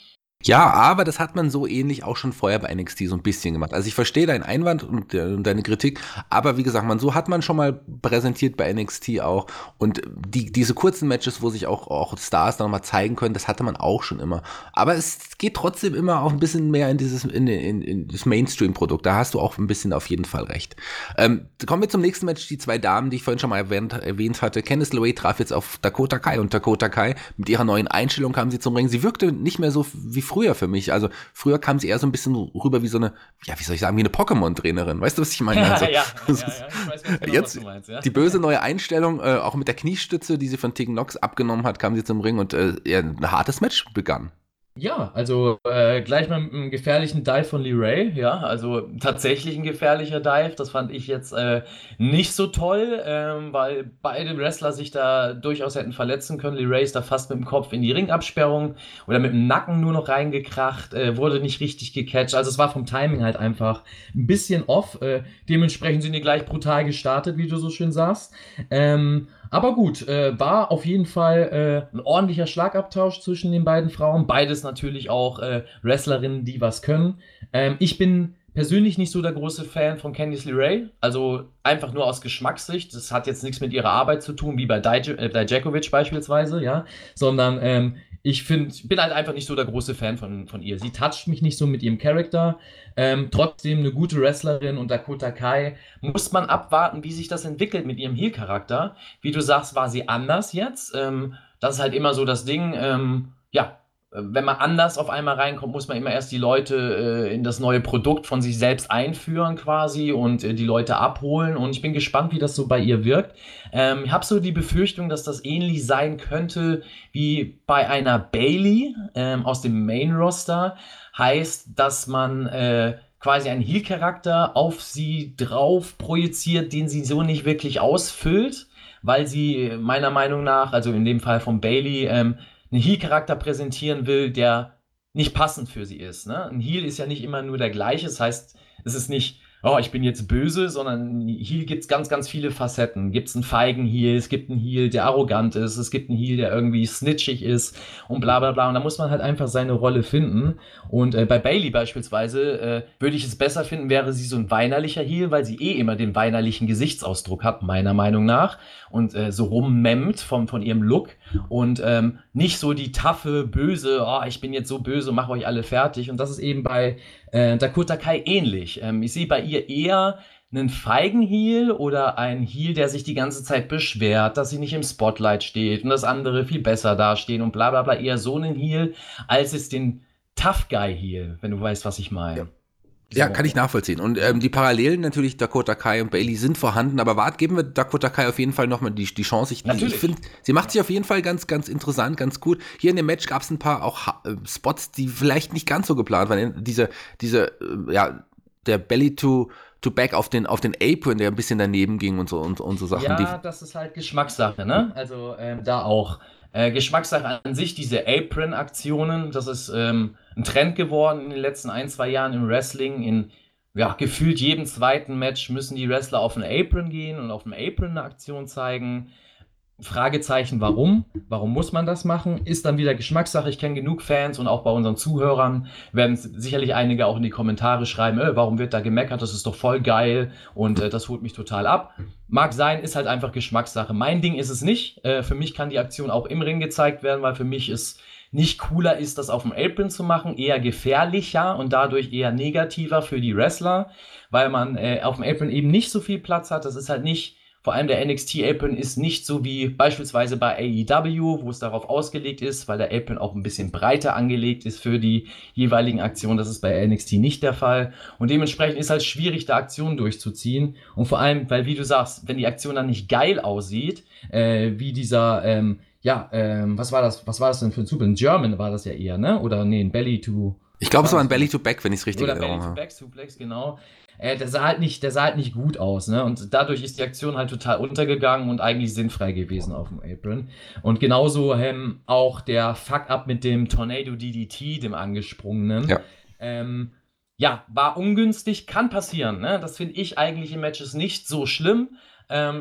Ja, aber das hat man so ähnlich auch schon vorher bei N X T so ein bisschen gemacht. Also ich verstehe deinen Einwand und, äh, und deine Kritik, aber wie gesagt, man, so hat man schon mal präsentiert bei N X T auch. Und die, diese kurzen Matches, wo sich auch, auch Stars dann nochmal zeigen können, das hatte man auch schon immer. Aber es geht trotzdem immer auch ein bisschen mehr in dieses, in, in, in das Mainstream-Produkt. Da hast du auch ein bisschen auf jeden Fall recht. Ähm, kommen wir zum nächsten Match. Die zwei Damen, die ich vorhin schon mal erwähnt, erwähnt hatte. Candice LeRae traf jetzt auf Dakota Kai und Dakota Kai, mit ihrer neuen Einstellung kam sie zum Ring. Sie wirkte nicht mehr so wie früher für mich. Also früher kam sie eher so ein bisschen rüber wie so eine, ja, wie soll ich sagen, wie eine Pokémon-Trainerin. Weißt du, was ich meine? Also, ja, ja, ja, ja, ich weiß ganz genau, jetzt was du meinst, ja. die böse neue Einstellung, äh, auch mit der Kniestütze, die sie von Tegan Nox abgenommen hat, kam sie zum Ring und äh, ja, ein hartes Match begann. Ja, also äh, gleich mal mit einem gefährlichen Dive von Lee Ray, ja, also tatsächlich ein gefährlicher Dive, das fand ich jetzt äh, nicht so toll, ähm, weil beide Wrestler sich da durchaus hätten verletzen können. Lee Ray ist da fast mit dem Kopf in die Ringabsperrung oder mit dem Nacken nur noch reingekracht, äh, wurde nicht richtig gecatcht, also es war vom Timing halt einfach ein bisschen off, äh, dementsprechend sind die gleich brutal gestartet, wie du so schön sagst, ähm, aber gut, äh, war auf jeden Fall äh, ein ordentlicher Schlagabtausch zwischen den beiden Frauen. Beides natürlich auch äh, Wrestlerinnen, die was können. Ähm, ich bin persönlich nicht so der große Fan von Candice LeRae. Also einfach nur aus Geschmackssicht. Das hat jetzt nichts mit ihrer Arbeit zu tun, wie bei Dij- äh, Dijakovic beispielsweise, ja. Sondern ähm, ich find, bin halt einfach nicht so der große Fan von, von ihr. Sie toucht mich nicht so mit ihrem Charakter. Ähm, trotzdem eine gute Wrestlerin und Dakota Kai. Muss man abwarten, wie sich das entwickelt mit ihrem Heel-Charakter. Wie du sagst, war sie anders jetzt. Ähm, das ist halt immer so das Ding. Ähm, ja, wenn man anders auf einmal reinkommt, muss man immer erst die Leute äh, in das neue Produkt von sich selbst einführen quasi und äh, die Leute abholen. Und ich bin gespannt, wie das so bei ihr wirkt. Ähm, ich habe so die Befürchtung, dass das ähnlich sein könnte wie bei einer Bayley ähm, aus dem Main-Roster. Heißt, dass man äh, quasi einen Heel-Charakter auf sie drauf projiziert, den sie so nicht wirklich ausfüllt, weil sie meiner Meinung nach, also in dem Fall von Bayley, ähm, einen Heel-Charakter präsentieren will, der nicht passend für sie ist. Ne? Ein Heel ist ja nicht immer nur der gleiche. Das heißt, es ist nicht, oh, ich bin jetzt böse, sondern ein Heel gibt es ganz, ganz viele Facetten. Gibt es einen feigen Heel, es gibt einen Heel, der arrogant ist, es gibt einen Heel, der irgendwie snitchig ist und bla bla bla. Und da muss man halt einfach seine Rolle finden. Und äh, bei Bayley beispielsweise äh, würde ich es besser finden, wäre sie so ein weinerlicher Heel, weil sie eh immer den weinerlichen Gesichtsausdruck hat, meiner Meinung nach. Und äh, so rummemmt vom, von ihrem Look. Und ähm, nicht so die taffe, böse, oh, ich bin jetzt so böse, mach euch alle fertig. Und das ist eben bei äh, Dakota Kai ähnlich. Ähm, ich sehe bei ihr eher einen feigen Heel oder einen Heel, der sich die ganze Zeit beschwert, dass sie nicht im Spotlight steht und dass andere viel besser dastehen und bla bla bla. Eher so einen Heel, als es den Tough Guy Heel, wenn du weißt, was ich meine. Ja. Ja, kann ich nachvollziehen. Und ähm, die Parallelen natürlich, Dakota Kai und Bayley sind vorhanden, aber wart, geben wir Dakota Kai auf jeden Fall nochmal die, die Chance. Ich, ich finde, sie macht sich auf jeden Fall ganz, ganz interessant, ganz gut. Hier in dem Match gab es ein paar auch äh, Spots, die vielleicht nicht ganz so geplant waren. Diese, diese, äh, ja, der Belly to to back auf den, auf den Apron, der ein bisschen daneben ging und so und, und so Sachen. Ja, die, das ist halt Geschmackssache, ne? Also ähm, da auch. Äh, Geschmackssache an sich, diese Apron-Aktionen, das ist ähm, ein Trend geworden in den letzten ein, zwei Jahren im Wrestling. In ja, gefühlt jedem zweiten Match müssen die Wrestler auf den Apron gehen und auf dem Apron eine Aktion zeigen. Fragezeichen, warum? Warum muss man das machen? Ist dann wieder Geschmackssache. Ich kenne genug Fans und auch bei unseren Zuhörern werden sicherlich einige auch in die Kommentare schreiben, äh, warum wird da gemeckert? Das ist doch voll geil und äh, das holt mich total ab. Mag sein, ist halt einfach Geschmackssache. Mein Ding ist es nicht. Äh, für mich kann die Aktion auch im Ring gezeigt werden, weil für mich ist nicht cooler ist, das auf dem Apron zu machen, eher gefährlicher und dadurch eher negativer für die Wrestler, weil man äh, auf dem Apron eben nicht so viel Platz hat. Das ist halt nicht, vor allem der N X T-Apron ist nicht so wie beispielsweise bei A E W, wo es darauf ausgelegt ist, weil der Apron auch ein bisschen breiter angelegt ist für die jeweiligen Aktionen. Das ist bei N X T nicht der Fall. Und dementsprechend ist halt schwierig, da Aktionen durchzuziehen. Und vor allem, weil wie du sagst, wenn die Aktion dann nicht geil aussieht, äh, wie dieser, ähm, ja, ähm, was war das, was war das denn für ein Super? Ein German war das ja eher, ne? Oder nee, ein Belly to... Ich glaube, es war ein Belly to Back, wenn ich es richtig erinnere. Oder Belly to Back Suplex, genau. Äh, der sah halt nicht, der sah halt nicht gut aus, ne? Und dadurch ist die Aktion halt total untergegangen und eigentlich sinnfrei gewesen auf dem Apron. Und genauso ähm, auch der Fuck-Up mit dem Tornado D D T, dem angesprungenen. Ja. Ähm, ja, war ungünstig, kann passieren, ne? Das finde ich eigentlich in Matches nicht so schlimm. Ähm, es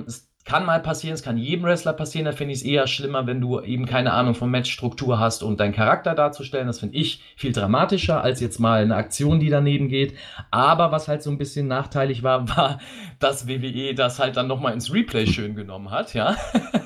kann mal passieren, es kann jedem Wrestler passieren, da finde ich es eher schlimmer, wenn du eben keine Ahnung von Matchstruktur hast und deinen Charakter darzustellen. Das finde ich viel dramatischer als jetzt mal eine Aktion, die daneben geht. Aber was halt so ein bisschen nachteilig war, war, dass W W E das halt dann nochmal ins Replay schön genommen hat, ja.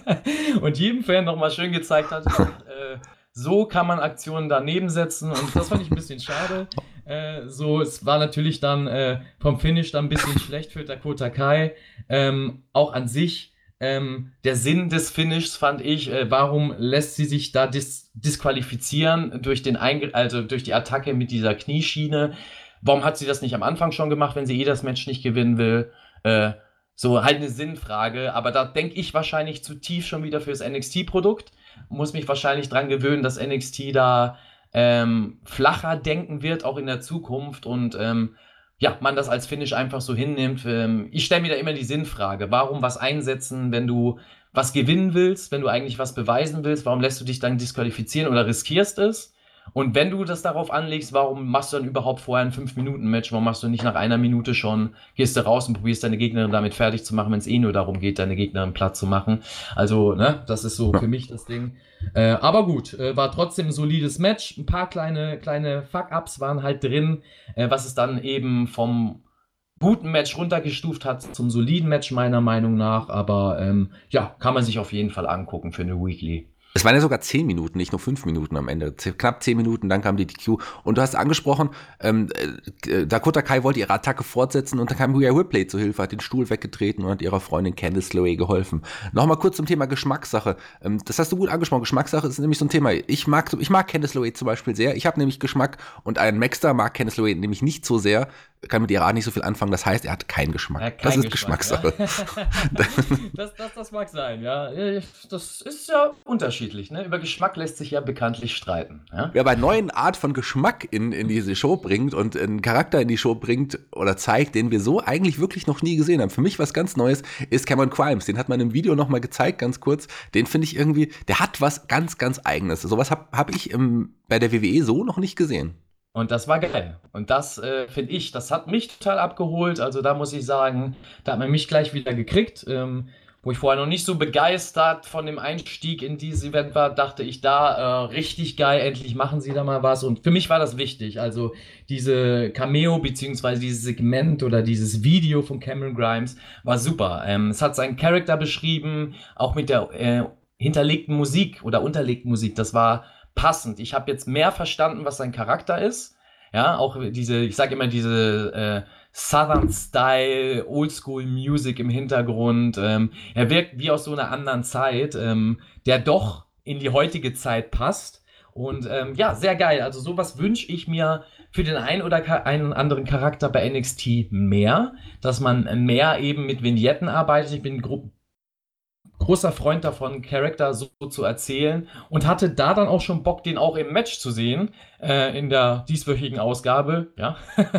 Und jedem Fan nochmal schön gezeigt hat, äh, so kann man Aktionen daneben setzen und das fand ich ein bisschen schade. Äh, so, es war natürlich dann äh, vom Finish dann ein bisschen schlecht für Dakota Kai. Ähm, auch an sich, ähm, der Sinn des Finishs fand ich, äh, warum lässt sie sich da dis- disqualifizieren durch den Einge- also durch die Attacke mit dieser Knieschiene? Warum hat sie das nicht am Anfang schon gemacht, wenn sie eh das Match nicht gewinnen will? Äh, so halt eine Sinnfrage, aber da denke ich wahrscheinlich zu tief schon wieder fürs N X T-Produkt. Muss mich wahrscheinlich dran gewöhnen, dass N X T da ähm, flacher denken wird, auch in der Zukunft und ähm, ja, man das als Finish einfach so hinnimmt. Ähm, ich stelle mir da immer die Sinnfrage, warum was einsetzen, wenn du was gewinnen willst, wenn du eigentlich was beweisen willst, warum lässt du dich dann disqualifizieren oder riskierst es? Und wenn du das darauf anlegst, warum machst du dann überhaupt vorher ein fünf Minuten Match? Warum machst du nicht nach einer Minute schon, gehst du raus und probierst deine Gegnerin damit fertig zu machen, wenn es eh nur darum geht, deine Gegnerin platt zu machen? Also, ne, das ist so für mich das Ding. Äh, aber gut, äh, war trotzdem ein solides Match. Ein paar kleine, kleine Fuck-Ups waren halt drin, äh, was es dann eben vom guten Match runtergestuft hat zum soliden Match meiner Meinung nach. Aber ähm, ja, kann man sich auf jeden Fall angucken für eine Weekly. Es waren ja sogar zehn Minuten, nicht nur fünf Minuten am Ende. Knapp zehn Minuten, dann kam die D Q. Und du hast angesprochen, ähm, äh, Dakota Kai wollte ihre Attacke fortsetzen und dann kam Rhea Ripley zu Hilfe, hat den Stuhl weggetreten und hat ihrer Freundin Candice LeRae geholfen. Nochmal kurz zum Thema Geschmackssache. Ähm, das hast du gut angesprochen. Geschmackssache ist nämlich so ein Thema. Ich mag, ich mag Candice LeRae zum Beispiel sehr. Ich habe nämlich Geschmack und ein Maxter mag Candice LeRae nämlich nicht so sehr, kann mit ihrer Art nicht so viel anfangen. Das heißt, er hat keinen Geschmack. Ja, kein das ist Geschmack, Geschmackssache. Ja. das, das, das mag sein, ja. Das ist ja unterschiedlich. Ne? Über Geschmack lässt sich ja bekanntlich streiten. Ja? Wer bei neuen Art von Geschmack in, in diese Show bringt und einen Charakter in die Show bringt oder zeigt, den wir so eigentlich wirklich noch nie gesehen haben. Für mich was ganz Neues ist Cameron Grimes. Den hat man im Video nochmal gezeigt, ganz kurz. Den finde ich irgendwie, der hat was ganz, ganz Eigenes. Sowas habe hab ich im, bei der W W E so noch nicht gesehen. Und das war geil. Und das äh, finde ich, das hat mich total abgeholt. Also da muss ich sagen, da hat man mich gleich wieder gekriegt. Ähm, wo ich vorher noch nicht so begeistert von dem Einstieg in dieses Event war, dachte ich da, äh, richtig geil, endlich machen sie da mal was. Und für mich war das wichtig. Also diese Cameo beziehungsweise dieses Segment oder dieses Video von Cameron Grimes war super. Ähm, es hat seinen Charakter beschrieben, auch mit der äh, hinterlegten Musik oder unterlegten Musik. Das war passend. Ich habe jetzt mehr verstanden, was sein Charakter ist. Ja, auch diese, ich sage immer diese äh, Southern Style, Oldschool Music im Hintergrund. Ähm, er wirkt wie aus so einer anderen Zeit, ähm, der doch in die heutige Zeit passt. Und ähm, ja, sehr geil. Also sowas wünsche ich mir für den einen oder ka- einen anderen Charakter bei N X T mehr, dass man mehr eben mit Vignetten arbeitet. Ich bin gro- großer Freund davon, Charakter so zu erzählen und hatte da dann auch schon Bock, den auch im Match zu sehen, äh, in der dieswöchigen Ausgabe, ja.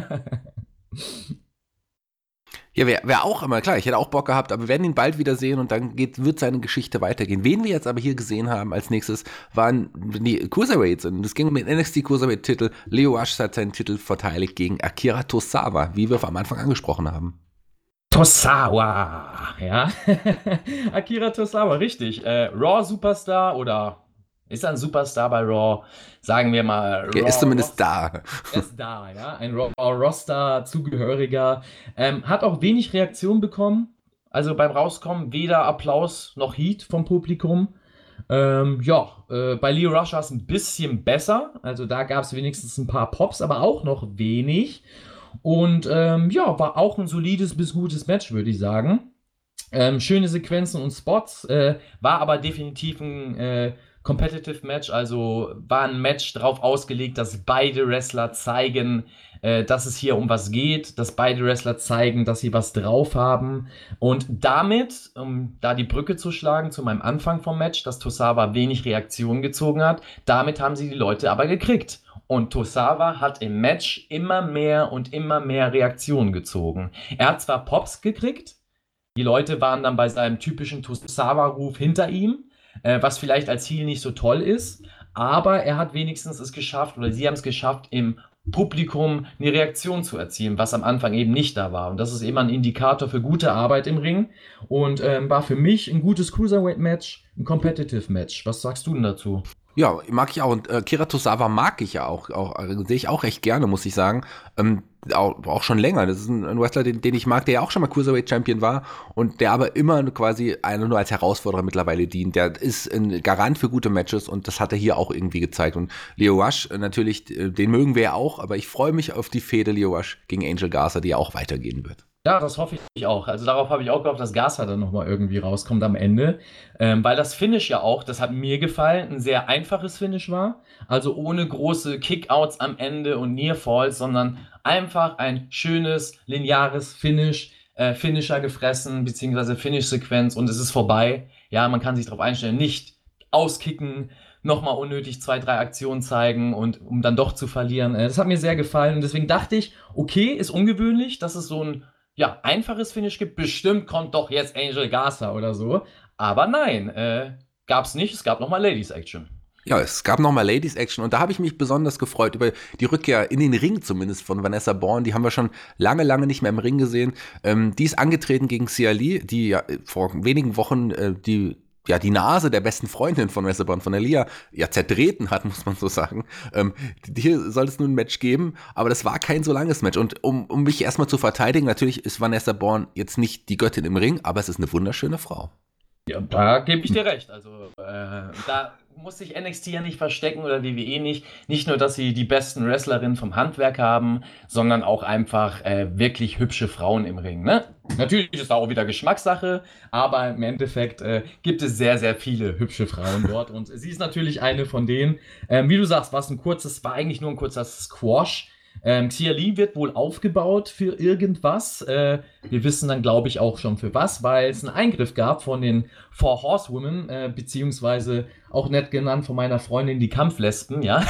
Ja, wäre wär auch immer, klar, ich hätte auch Bock gehabt, aber wir werden ihn bald wieder sehen und dann geht, wird seine Geschichte weitergehen. Wen wir jetzt aber hier gesehen haben als nächstes, waren die Cruiserweights und es ging um den N X T Cruiserweight-Titel. Lio Rush hat seinen Titel verteidigt gegen Akira Tozawa, wie wir am Anfang angesprochen haben. Tozawa, ja. Akira Tozawa, richtig. Äh, Raw Superstar oder ist er ein Superstar bei Raw? Sagen wir mal. Er ist zumindest da. Er ist da, ja. Ein Raw Roster Zugehöriger. Ähm, hat auch wenig Reaktion bekommen. Also beim Rauskommen weder Applaus noch Heat vom Publikum. Ähm, ja, äh, bei Lio Rush war es ein bisschen besser. Also da gab es wenigstens ein paar Pops, aber auch noch wenig. Und ähm, ja, war auch ein solides bis gutes Match, würde ich sagen. Ähm, schöne Sequenzen und Spots, äh, war aber definitiv ein äh, Competitive Match, also war ein Match darauf ausgelegt, dass beide Wrestler zeigen, äh, dass es hier um was geht, dass beide Wrestler zeigen, dass sie was drauf haben. Und damit, um da die Brücke zu schlagen zu meinem Anfang vom Match, dass Tozawa wenig Reaktion gezogen hat, damit haben sie die Leute aber gekriegt. Und Tozawa hat im Match immer mehr und immer mehr Reaktionen gezogen. Er hat zwar Pops gekriegt, die Leute waren dann bei seinem typischen Tozawa-Ruf hinter ihm, äh, was vielleicht als Heel nicht so toll ist, aber er hat wenigstens es geschafft, oder sie haben es geschafft, im Publikum eine Reaktion zu erzielen, was am Anfang eben nicht da war. Und das ist eben ein Indikator für gute Arbeit im Ring und ähm, war für mich ein gutes Cruiserweight-Match, ein Competitive-Match. Was sagst du denn dazu? Ja, mag ich auch. Und äh, Kira Tosawa mag ich ja auch. auch also, sehe ich auch recht gerne, muss ich sagen. Ähm, auch, auch schon länger. Das ist ein, ein Wrestler, den, den ich mag, der ja auch schon mal Cruiserweight-Champion war und der aber immer quasi einer nur als Herausforderer mittlerweile dient. Der ist ein Garant für gute Matches und das hat er hier auch irgendwie gezeigt. Und Lio Rush, äh, natürlich, den mögen wir ja auch, aber ich freue mich auf die Fehde Lio Rush gegen Angel Garza, die ja auch weitergehen wird. Ja, das hoffe ich auch. Also darauf habe ich auch gehofft, dass Garza dann nochmal irgendwie rauskommt am Ende. Ähm, weil das Finish ja auch, das hat mir gefallen, ein sehr einfaches Finish war. Also ohne große Kickouts am Ende und Nearfalls, sondern einfach ein schönes, lineares Finish. Äh, Finisher gefressen, beziehungsweise Finish-Sequenz und es ist vorbei. Ja, man kann sich darauf einstellen, nicht auskicken, nochmal unnötig zwei, drei Aktionen zeigen und um dann doch zu verlieren. Äh, das hat mir sehr gefallen und deswegen dachte ich, okay, ist ungewöhnlich, dass es so ein ja, einfaches Finish gibt. Bestimmt kommt doch jetzt Angel Garza oder so. Aber nein, äh, gab's nicht. Es gab nochmal Ladies Action. Ja, es gab nochmal Ladies Action und da habe ich mich besonders gefreut über die Rückkehr in den Ring zumindest von Vanessa Borne. Die haben wir schon lange, lange nicht mehr im Ring gesehen. Ähm, die ist angetreten gegen Xia Li, die ja vor wenigen Wochen äh, die ja, die Nase der besten Freundin von Vanessa Borne, von Aliyah, ja, zertreten hat, muss man so sagen. Ähm, hier soll es nun ein Match geben, aber das war kein so langes Match. Und um, um mich erstmal zu verteidigen, natürlich ist Vanessa Borne jetzt nicht die Göttin im Ring, aber es ist eine wunderschöne Frau. Ja, da gebe ich dir recht. Also, äh, da muss sich N X T ja nicht verstecken oder W W E nicht. Nicht nur, dass sie die besten Wrestlerinnen vom Handwerk haben, sondern auch einfach äh, wirklich hübsche Frauen im Ring, ne? Natürlich ist da auch wieder Geschmackssache, aber im Endeffekt äh, gibt es sehr, sehr viele hübsche Frauen dort und sie ist natürlich eine von denen. Ähm, wie du sagst, war es ein kurzes, war eigentlich nur ein kurzer Squash. Ähm, Xia Li wird wohl aufgebaut für irgendwas. Äh, wir wissen dann, glaube ich, auch schon für was, weil es einen Eingriff gab von den Four Horsewomen, äh, beziehungsweise auch nett genannt von meiner Freundin die Kampflesben, ja.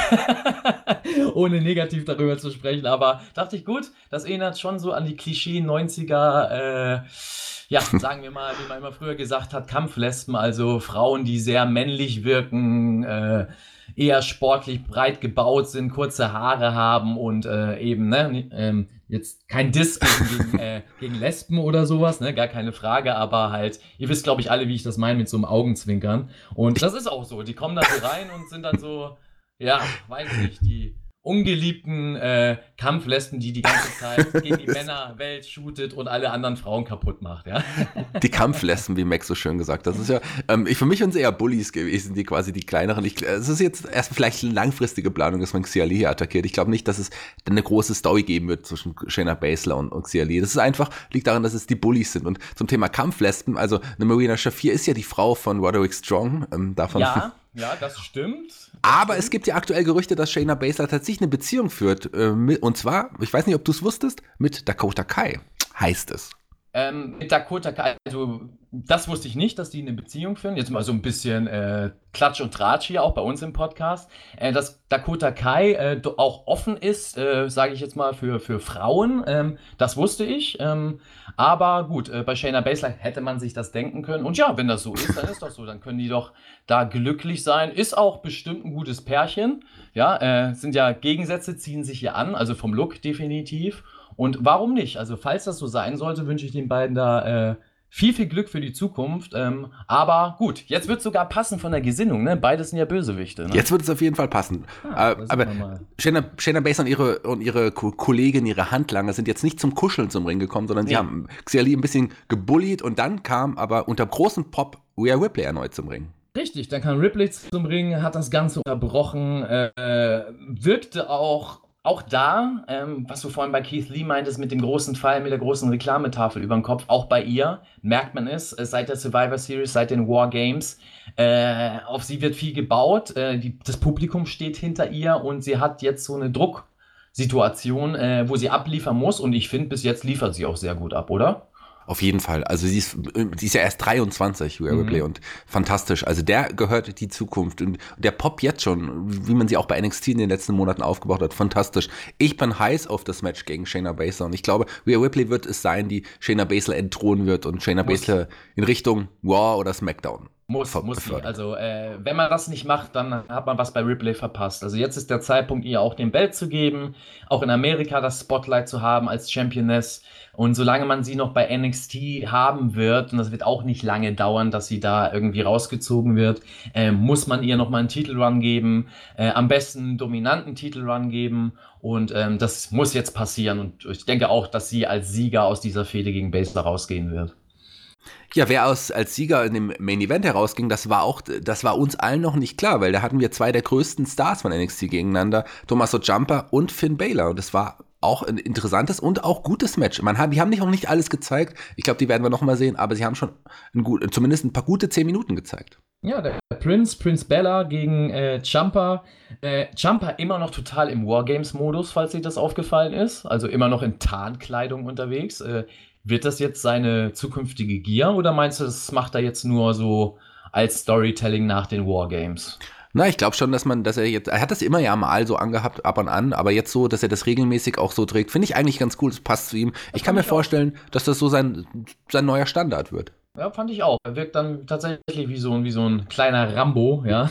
Ohne negativ darüber zu sprechen, aber dachte ich, gut, das erinnert schon so an die Klischee neunziger, äh, ja, sagen wir mal, wie man immer früher gesagt hat, Kampflesben, also Frauen, die sehr männlich wirken, äh, eher sportlich breit gebaut sind, kurze Haare haben und äh, eben, ne, ähm, jetzt kein Diss gegen, gegen, äh, gegen Lesben oder sowas, ne, gar keine Frage, aber halt, ihr wisst, glaube ich, alle, wie ich das meine, mit so einem Augenzwinkern. Und das ist auch so, die kommen da so rein und sind dann so, ja, weiß nicht, die ungeliebten äh, Kampflesben, die die ganze Zeit gegen die Männerwelt shootet und alle anderen Frauen kaputt macht, ja. Die Kampflesben, wie Max so schön gesagt hat. Das ist ja, ähm, ich, für mich sind es eher Bullies gewesen, die quasi die kleineren. Ich, es ist jetzt erst vielleicht eine langfristige Planung, dass man Xia Li hier attackiert. Ich glaube nicht, dass es eine große Story geben wird zwischen Shayna Baszler und, und Xia Li. Das ist einfach, liegt daran, dass es die Bullies sind. Und zum Thema Kampflesben, also eine Marina Shafir ist ja die Frau von Roderick Strong. Ähm, davon ja. Ja, das stimmt. Das Aber stimmt. Es gibt ja aktuell Gerüchte, dass Shayna Baszler tatsächlich eine Beziehung führt. Äh, mit, und zwar, ich weiß nicht, ob du es wusstest, mit Dakota Kai, heißt es. Ähm, mit Dakota Kai, also das wusste ich nicht, dass die eine Beziehung führen. Jetzt mal so ein bisschen äh, Klatsch und Tratsch hier auch bei uns im Podcast. Äh, dass Dakota Kai äh, auch offen ist, äh, sage ich jetzt mal, für, für Frauen. Ähm, das wusste ich. Ähm, aber gut, äh, bei Shayna Baszler hätte man sich das denken können. Und ja, wenn das so ist, dann ist das so. Dann können die doch da glücklich sein. Ist auch bestimmt ein gutes Pärchen. Ja, äh, sind ja Gegensätze, ziehen sich hier an. Also vom Look definitiv. Und warum nicht? Also falls das so sein sollte, wünsche ich den beiden da äh, viel, viel Glück für die Zukunft. Ähm, aber gut, jetzt wird es sogar passen von der Gesinnung. Ne? Beides sind ja Bösewichte. Ne? Jetzt wird es auf jeden Fall passen. Ah, äh, aber Shayna, Shayna Baszler und ihre, und ihre Kollegin, ihre Handlanger sind jetzt nicht zum Kuscheln zum Ring gekommen, sondern nee. sie haben Xia Li ein bisschen gebullied und dann kam aber unter großem Pop Rhea Ripley erneut zum Ring. Richtig, dann kam Ripley zum Ring, hat das Ganze unterbrochen, äh, wirkte auch Auch da, ähm, was du vorhin bei Keith Lee meintest, mit dem großen Pfeil, mit der großen Reklametafel über dem Kopf, auch bei ihr merkt man es, äh, seit der Survivor Series, seit den War Games, äh, auf sie wird viel gebaut, äh, die, das Publikum steht hinter ihr und sie hat jetzt so eine Drucksituation, äh, wo sie abliefern muss und ich finde, bis jetzt liefert sie auch sehr gut ab, oder? Auf jeden Fall. Also sie ist, sie ist ja erst dreiundzwanzig, Rhea Ripley, mhm. und fantastisch. Also der gehört die Zukunft. Und der Pop jetzt schon, wie man sie auch bei N X T in den letzten Monaten aufgebaut hat, fantastisch. Ich bin heiß auf das Match gegen Shayna Baszler und ich glaube, Rhea Ripley wird es sein, die Shayna Baszler entthronen wird und Shayna Baszler in Richtung Raw oder SmackDown Muss, muss sie. Also, äh, wenn man das nicht macht, dann hat man was bei Ripley verpasst. Also, jetzt ist der Zeitpunkt, ihr auch den Belt zu geben, auch in Amerika das Spotlight zu haben als Championess. Und solange man sie noch bei N X T haben wird, und das wird auch nicht lange dauern, dass sie da irgendwie rausgezogen wird, äh, muss man ihr nochmal einen Titelrun geben. Äh, am besten einen dominanten Titelrun geben. Und ähm, das muss jetzt passieren. Und ich denke auch, dass sie als Sieger aus dieser Fehde gegen Baszler rausgehen wird. Ja, wer aus, als Sieger in dem Main Event herausging, das war auch, das war uns allen noch nicht klar, weil da hatten wir zwei der größten Stars von N X T gegeneinander, Tommaso Ciampa und Finn Balor. Und das war auch ein interessantes und auch gutes Match. Man hat, die haben nicht auch nicht alles gezeigt. Ich glaube, die werden wir noch mal sehen, aber sie haben schon ein gut, zumindest ein paar gute zehn Minuten gezeigt. Ja, der Prince, Prince Bella gegen äh, Ciampa. Äh, Ciampa immer noch total im Wargames-Modus, falls dir das aufgefallen ist. Also immer noch in Tarnkleidung unterwegs. Äh, wird das jetzt seine zukünftige Gier oder meinst du, das macht er jetzt nur so als Storytelling nach den Wargames? Na, ich glaube schon, dass man, dass er jetzt, er hat das immer ja mal so angehabt, ab und an, aber jetzt so, dass er das regelmäßig auch so trägt, finde ich eigentlich ganz cool, das passt zu ihm. Ich kann mir vorstellen, dass das so sein, sein neuer Standard wird. Ja, fand ich auch. Er wirkt dann tatsächlich wie so ein, wie so ein kleiner Rambo, ja.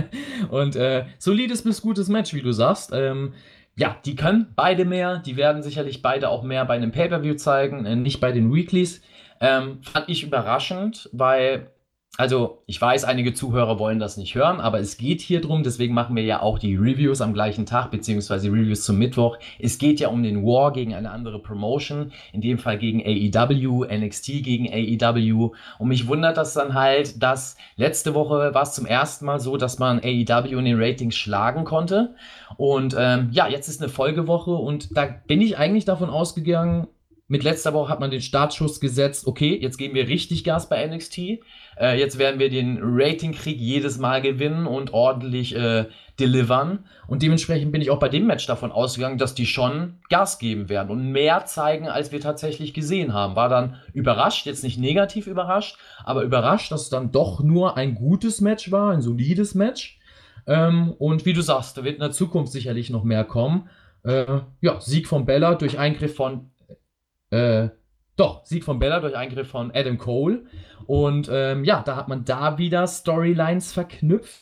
Und äh, solides bis gutes Match, wie du sagst. Ähm, ja, die können beide mehr. Die werden sicherlich beide auch mehr bei einem Pay-Per-View zeigen, äh, nicht bei den Weeklies. Ähm, fand ich überraschend, weil, also ich weiß, einige Zuhörer wollen das nicht hören, aber es geht hier drum, deswegen machen wir ja auch die Reviews am gleichen Tag, beziehungsweise Reviews zum Mittwoch. Es geht ja um den War gegen eine andere Promotion, in dem Fall gegen A E W, N X T gegen A E W. Und mich wundert das dann halt, dass letzte Woche war es zum ersten Mal so, dass man A E W in den Ratings schlagen konnte. Und ähm, ja, jetzt ist eine Folgewoche und da bin ich eigentlich davon ausgegangen, mit letzter Woche hat man den Startschuss gesetzt, okay, jetzt geben wir richtig Gas bei N X T. Äh, jetzt werden wir den Ratingkrieg jedes Mal gewinnen und ordentlich äh, delivern. Und dementsprechend bin ich auch bei dem Match davon ausgegangen, dass die schon Gas geben werden und mehr zeigen, als wir tatsächlich gesehen haben. War dann überrascht, jetzt nicht negativ überrascht, aber überrascht, dass es dann doch nur ein gutes Match war, ein solides Match. Ähm, und wie du sagst, da wird in der Zukunft sicherlich noch mehr kommen. Äh, ja, Sieg von Bella durch Eingriff von Äh, doch, Sieg von Bella durch Eingriff von Adam Cole. Und ähm, ja, da hat man da wieder Storylines verknüpft.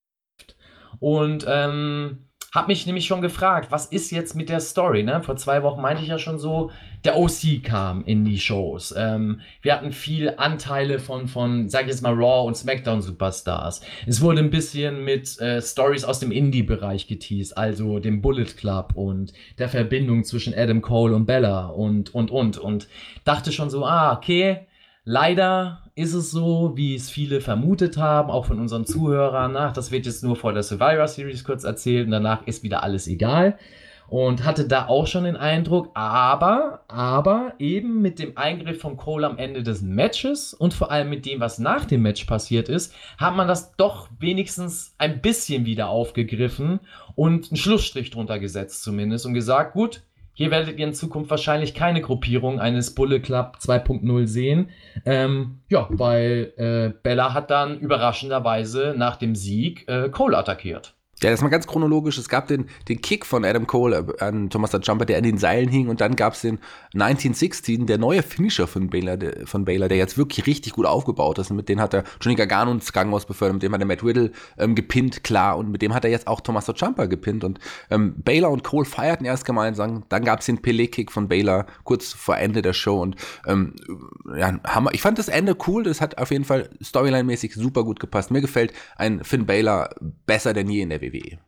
Und ähm, habe mich nämlich schon gefragt, was ist jetzt mit der Story? Ne? Vor zwei Wochen meinte ich ja schon so, der O C kam in die Shows. Ähm, wir hatten viel Anteile von, von, sag ich jetzt mal, Raw und SmackDown Superstars. Es wurde ein bisschen mit äh, Stories aus dem Indie-Bereich geteased, also dem Bullet Club und der Verbindung zwischen Adam Cole und Bella und, und, und. Und dachte schon so, ah, okay, leider ist es so, wie es viele vermutet haben, auch von unseren Zuhörern. Ach, das wird jetzt nur vor der Survivor Series kurz erzählt und danach ist wieder alles egal. Und hatte da auch schon den Eindruck, aber, aber eben mit dem Eingriff von Cole am Ende des Matches und vor allem mit dem, was nach dem Match passiert ist, hat man das doch wenigstens ein bisschen wieder aufgegriffen und einen Schlussstrich drunter gesetzt zumindest und gesagt, gut, hier werdet ihr in Zukunft wahrscheinlich keine Gruppierung eines Bullet Club zwei Punkt null sehen. Ähm, ja, weil äh, Bella hat dann überraschenderweise nach dem Sieg äh, Cole attackiert. Ja, das ist mal ganz chronologisch. Es gab den, den Kick von Adam Cole an Tommaso Ciampa, der an den Seilen hing, und dann gab es den neunzehnhundertsechzehn, der neue Finisher von Baylor, der, von Baylor, der jetzt wirklich richtig gut aufgebaut ist. Und mit dem hat er Johnny Gargano ins Krankenhaus befördert, mit dem hat er Matt Riddle ähm, gepinnt, klar, und mit dem hat er jetzt auch Tommaso Ciampa gepinnt. Und ähm, Baylor und Cole feierten erst gemeinsam, dann gab es den Pelé-Kick von Baylor kurz vor Ende der Show. Und ähm, ja, Hammer. Ich fand das Ende cool, das hat auf jeden Fall storyline-mäßig super gut gepasst. Mir gefällt ein Finn Baylor besser denn je in der W W E.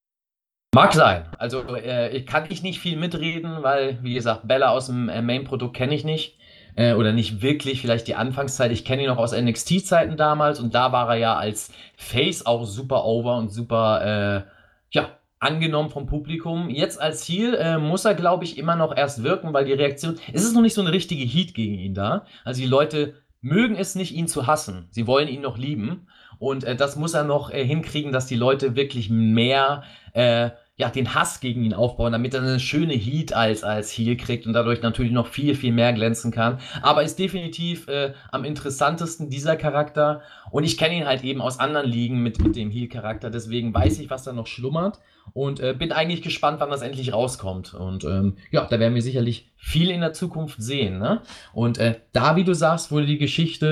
Mag sein. Also äh, ich kann ich nicht viel mitreden, weil, wie gesagt, Bella aus dem äh, Main-Produkt kenne ich nicht. Äh, oder nicht wirklich, vielleicht die Anfangszeit. Ich kenne ihn noch aus N X T-Zeiten damals und da war er ja als Face auch super over und super, äh, ja, angenommen vom Publikum. Jetzt als Heel äh, muss er, glaube ich, immer noch erst wirken, weil die Reaktion, es ist noch nicht so eine richtige Heat gegen ihn da. Also die Leute mögen es nicht, ihn zu hassen. Sie wollen ihn noch lieben. Und äh, das muss er noch äh, hinkriegen, dass die Leute wirklich mehr äh, ja, den Hass gegen ihn aufbauen, damit er eine schöne Heat als, als Heel kriegt und dadurch natürlich noch viel, viel mehr glänzen kann. Aber ist definitiv äh, am interessantesten dieser Charakter. Und ich kenne ihn halt eben aus anderen Ligen mit, mit dem Heel-Charakter. Deswegen weiß ich, was da noch schlummert. Und äh, bin eigentlich gespannt, wann das endlich rauskommt. Und ähm, ja, da werden wir sicherlich viel in der Zukunft sehen. Ne? Und äh, da, wie du sagst, wurde die Geschichte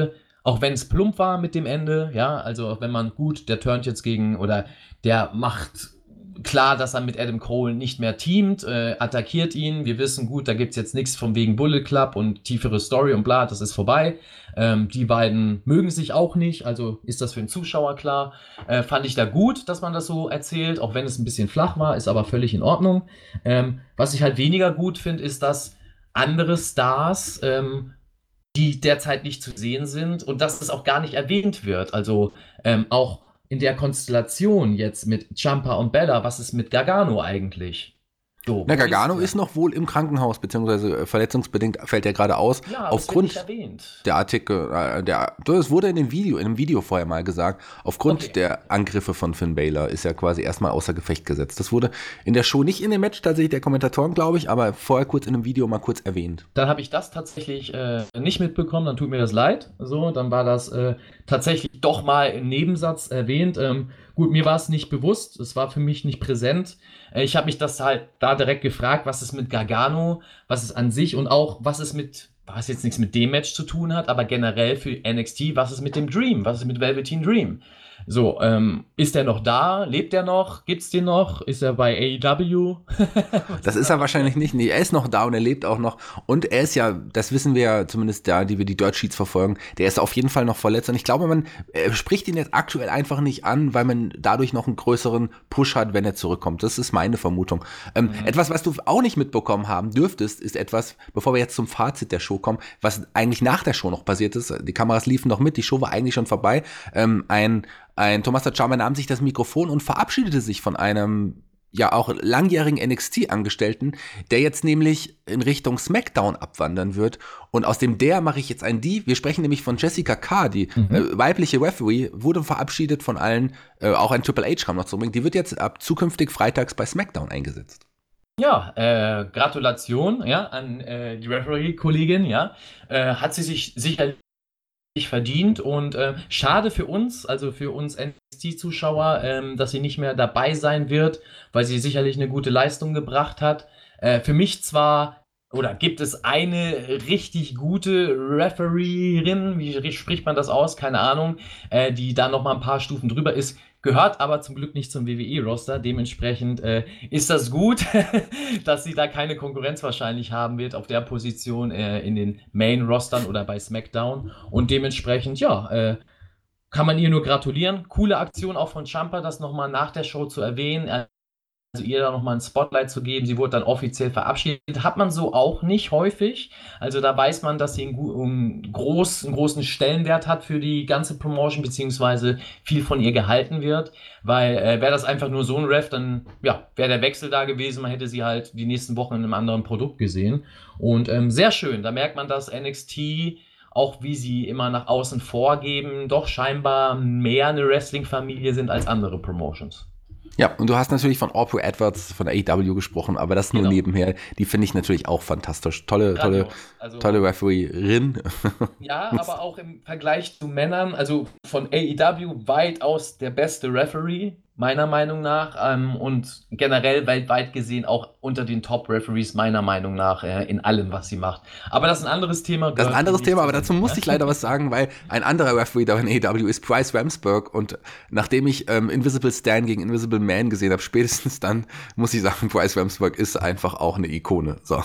auch wenn es plump war mit dem Ende, ja, also auch wenn man gut, der turnt jetzt gegen, oder der macht klar, dass er mit Adam Cole nicht mehr teamt, äh, attackiert ihn. Wir wissen gut, da gibt es jetzt nichts von wegen Bullet Club und tiefere Story und bla, das ist vorbei. Ähm, die beiden mögen sich auch nicht, also ist das für den Zuschauer klar. Äh, fand ich da gut, dass man das so erzählt, auch wenn es ein bisschen flach war, ist aber völlig in Ordnung. Ähm, was ich halt weniger gut finde, ist, dass andere Stars, ähm, die derzeit nicht zu sehen sind und dass es auch gar nicht erwähnt wird. Also ähm, auch in der Konstellation jetzt mit Ciampa und Bella, was ist mit Gargano eigentlich? So, Na, wo Gargano ist ist noch wohl im Krankenhaus, beziehungsweise verletzungsbedingt fällt er gerade aus. er? Ja, aber es wird nicht Aufgrund erwähnt. der Artikel, äh, der, das wurde in dem Video, in einem Video vorher mal gesagt, aufgrund Okay. der Angriffe von Finn Balor ist er quasi erstmal außer Gefecht gesetzt. Das wurde in der Show nicht in dem Match tatsächlich der Kommentatoren, glaube ich, aber vorher kurz in einem Video mal kurz erwähnt. Dann habe ich das tatsächlich äh, nicht mitbekommen, dann tut mir das leid. So, dann war das äh, tatsächlich doch mal im Nebensatz erwähnt. Ähm, gut, mir war es nicht bewusst, es war für mich nicht präsent. Äh, ich habe mich das halt da direkt gefragt, was ist mit Gargano, was ist an sich und auch, was ist mit, was jetzt nichts mit dem Match zu tun hat, aber generell für N X T, was ist mit dem Dream, was ist mit Velveteen Dream? So, ähm, ist er noch da? Lebt er noch? Gibt's den noch? Ist er bei A E W? Das ist er wahrscheinlich nicht. Nee, er ist noch da und er lebt auch noch. Und er ist ja, das wissen wir ja zumindest da, die wir die Dirt Sheets verfolgen, der ist auf jeden Fall noch verletzt. Und ich glaube, man äh, spricht ihn jetzt aktuell einfach nicht an, weil man dadurch noch einen größeren Push hat, wenn er zurückkommt. Das ist meine Vermutung. Ähm, mhm. Etwas, was du auch nicht mitbekommen haben dürftest, ist etwas, bevor wir jetzt zum Fazit der Show kommen, was eigentlich nach der Show noch passiert ist. Die Kameras liefen noch mit, die Show war eigentlich schon vorbei. Ähm, ein Ein Tommaso Ciampa nahm sich das Mikrofon und verabschiedete sich von einem ja auch langjährigen N X T-Angestellten, der jetzt nämlich in Richtung SmackDown abwandern wird. Und aus dem der mache ich jetzt ein Die. Wir sprechen nämlich von Jessica Carr, die mhm. äh, weibliche Referee, wurde verabschiedet von allen. Äh, auch ein Triple H kam noch zurück. Die wird jetzt ab zukünftig freitags bei SmackDown eingesetzt. Ja, äh, Gratulation ja, an äh, die Referee-Kollegin. Ja, äh, hat sie sich sicherlich verdient und äh, schade für uns, also für uns N X T-Zuschauer, ähm, dass sie nicht mehr dabei sein wird, weil sie sicherlich eine gute Leistung gebracht hat. Äh, für mich zwar, oder gibt es eine richtig gute Refereerin, wie spricht man das aus? Keine Ahnung, äh, die da noch mal ein paar Stufen drüber ist, gehört aber zum Glück nicht zum W W E-Roster. Dementsprechend äh, ist das gut, dass sie da keine Konkurrenz wahrscheinlich haben wird auf der Position äh, in den Main-Rostern oder bei SmackDown. Und dementsprechend, ja, äh, kann man ihr nur gratulieren. Coole Aktion auch von Ciampa, das nochmal nach der Show zu erwähnen. Also ihr da nochmal ein Spotlight zu geben. Sie wurde dann offiziell verabschiedet. Hat man so auch nicht häufig. Also da weiß man, dass sie einen, einen, groß, einen großen Stellenwert hat für die ganze Promotion, beziehungsweise viel von ihr gehalten wird. Weil äh, wäre das einfach nur so ein Ref, dann ja, wäre der Wechsel da gewesen. Man hätte sie halt die nächsten Wochen in einem anderen Produkt gesehen. Und ähm, sehr schön. Da merkt man, dass N X T, auch wie sie immer nach außen vorgeben, doch scheinbar mehr eine Wrestling-Familie sind als andere Promotions. Ja, und du hast natürlich von Aubrey Edwards von A E W gesprochen, aber das nur genau. nebenher. Die finde ich natürlich auch fantastisch. Tolle, tolle, also, tolle Refereerin. Ja, aber auch im Vergleich zu Männern, also von A E W weitaus der beste Referee, meiner Meinung nach. Ähm, und generell weltweit gesehen auch unter den Top-Referees, meiner Meinung nach, äh, in allem, was sie macht. Aber das ist ein anderes Thema. Das ist ein anderes Thema, aber dazu musste ich leider was sagen, weil ein anderer Referee da in A E W ist Bryce Ramsburg. Und nachdem ich ähm, Invisible Stan gegen Invisible Man gesehen habe, spätestens dann muss ich sagen, Bryce Ramsburg ist einfach auch eine Ikone. So.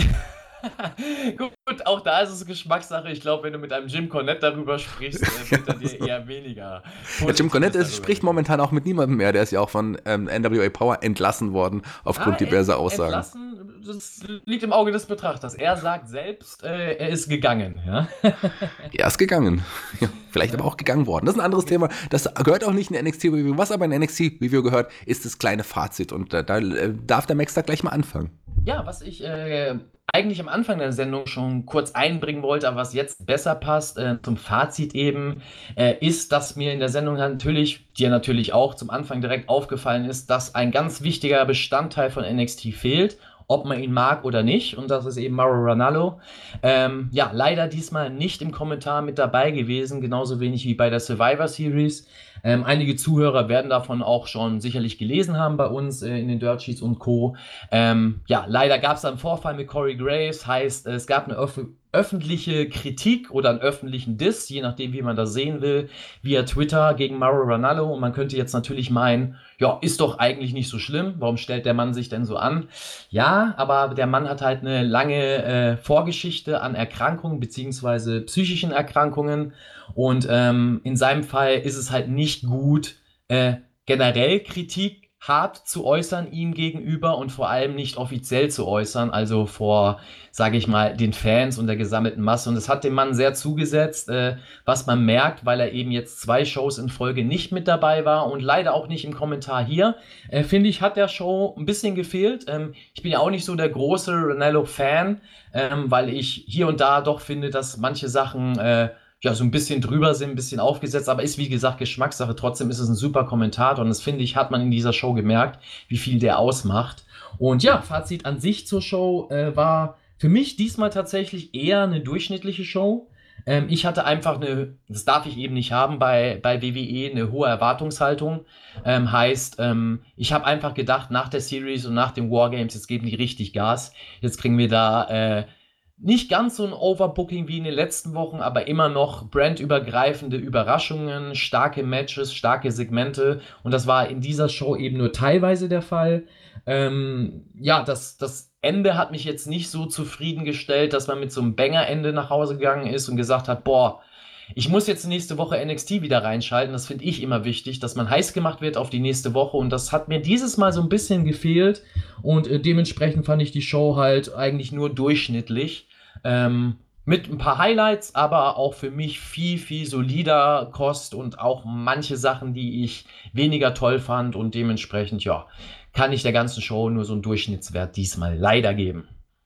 Gut, auch da ist es Geschmackssache. Ich glaube, wenn du mit einem Jim Cornette darüber sprichst, äh, wird er dir eher weniger. Ja, Jim Cornette ist, spricht momentan auch mit niemandem mehr. Der ist ja auch von ähm, N W A Power entlassen worden, aufgrund ah, diverser ent, Aussagen. Entlassen, das liegt im Auge des Betrachters. Er sagt selbst, äh, er ist gegangen. Ja? Er ist gegangen. Ja, vielleicht ja. aber auch gegangen worden. Das ist ein anderes Thema. Das gehört auch nicht in N X T-Review. Was aber in N X T-Review gehört, ist das kleine Fazit. Und äh, da äh, darf der Max da gleich mal anfangen. Ja, was ich äh, eigentlich am Anfang der Sendung schon kurz einbringen wollte, aber was jetzt besser passt, äh, zum Fazit eben, äh, ist, dass mir in der Sendung natürlich, dir natürlich auch zum Anfang direkt aufgefallen ist, dass ein ganz wichtiger Bestandteil von N X T fehlt, ob man ihn mag oder nicht, und das ist eben Mauro Ranallo. Ähm, ja, leider diesmal nicht im Kommentar mit dabei gewesen, genauso wenig wie bei der Survivor Series. Ähm, einige Zuhörer werden davon auch schon sicherlich gelesen haben bei uns äh, in den Dirt Sheets und Co. Ähm, ja, leider gab es einen Vorfall mit Corey Graves, heißt, es gab eine off- öffentliche Kritik oder einen öffentlichen Diss, je nachdem, wie man das sehen will, via Twitter gegen Mauro Ranallo. Und man könnte jetzt natürlich meinen, ja, ist doch eigentlich nicht so schlimm. Warum stellt der Mann sich denn so an? Ja, aber der Mann hat halt eine lange äh, Vorgeschichte an Erkrankungen beziehungsweise psychischen Erkrankungen. Und ähm, in seinem Fall ist es halt nicht gut, äh, generell Kritik hart zu äußern ihm gegenüber und vor allem nicht offiziell zu äußern, also vor, sage ich mal, den Fans und der gesammelten Masse. Und es hat dem Mann sehr zugesetzt, äh, was man merkt, weil er eben jetzt zwei Shows in Folge nicht mit dabei war und leider auch nicht im Kommentar hier. Äh, finde ich, hat der Show ein bisschen gefehlt. Ähm, ich bin ja auch nicht so der große Ranallo-Fan, ähm, weil ich hier und da doch finde, dass manche Sachen äh, ja, so ein bisschen drüber sind, ein bisschen aufgesetzt, aber ist wie gesagt Geschmackssache. Trotzdem ist es ein super Kommentator und das finde ich, hat man in dieser Show gemerkt, wie viel der ausmacht. Und ja, Fazit an sich zur Show äh, war für mich diesmal tatsächlich eher eine durchschnittliche Show. Ähm, ich hatte einfach eine, das darf ich eben nicht haben bei, bei W W E, eine hohe Erwartungshaltung. Ähm, heißt, ähm, ich habe einfach gedacht, nach der Series und nach den Wargames, jetzt geben die richtig Gas. Jetzt kriegen wir da äh, nicht ganz so ein Overbooking wie in den letzten Wochen, aber immer noch brandübergreifende Überraschungen, starke Matches, starke Segmente. Und das war in dieser Show eben nur teilweise der Fall. Ähm, ja, das, das Ende hat mich jetzt nicht so zufriedengestellt, dass man mit so einem Banger-Ende nach Hause gegangen ist und gesagt hat, boah, ich muss jetzt nächste Woche N X T wieder reinschalten. Das finde ich immer wichtig, dass man heiß gemacht wird auf die nächste Woche. Und das hat mir dieses Mal so ein bisschen gefehlt. Und äh, dementsprechend fand ich die Show halt eigentlich nur durchschnittlich. Ähm, mit ein paar Highlights, aber auch für mich viel, viel solider Kost und auch manche Sachen, die ich weniger toll fand. Und dementsprechend, ja, kann ich der ganzen Show nur so einen Durchschnittswert diesmal leider geben.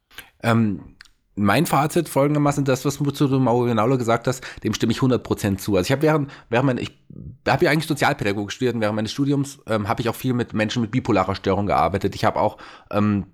Ähm, mein Fazit folgendermaßen, das, was du zu Mauro Ranallo gesagt hast, dem stimme ich hundert Prozent zu. Also ich habe während, während mein, ich habe ja eigentlich Sozialpädagogik studiert und während meines Studiums ähm, habe ich auch viel mit Menschen mit bipolarer Störung gearbeitet. Ich habe auch ähm,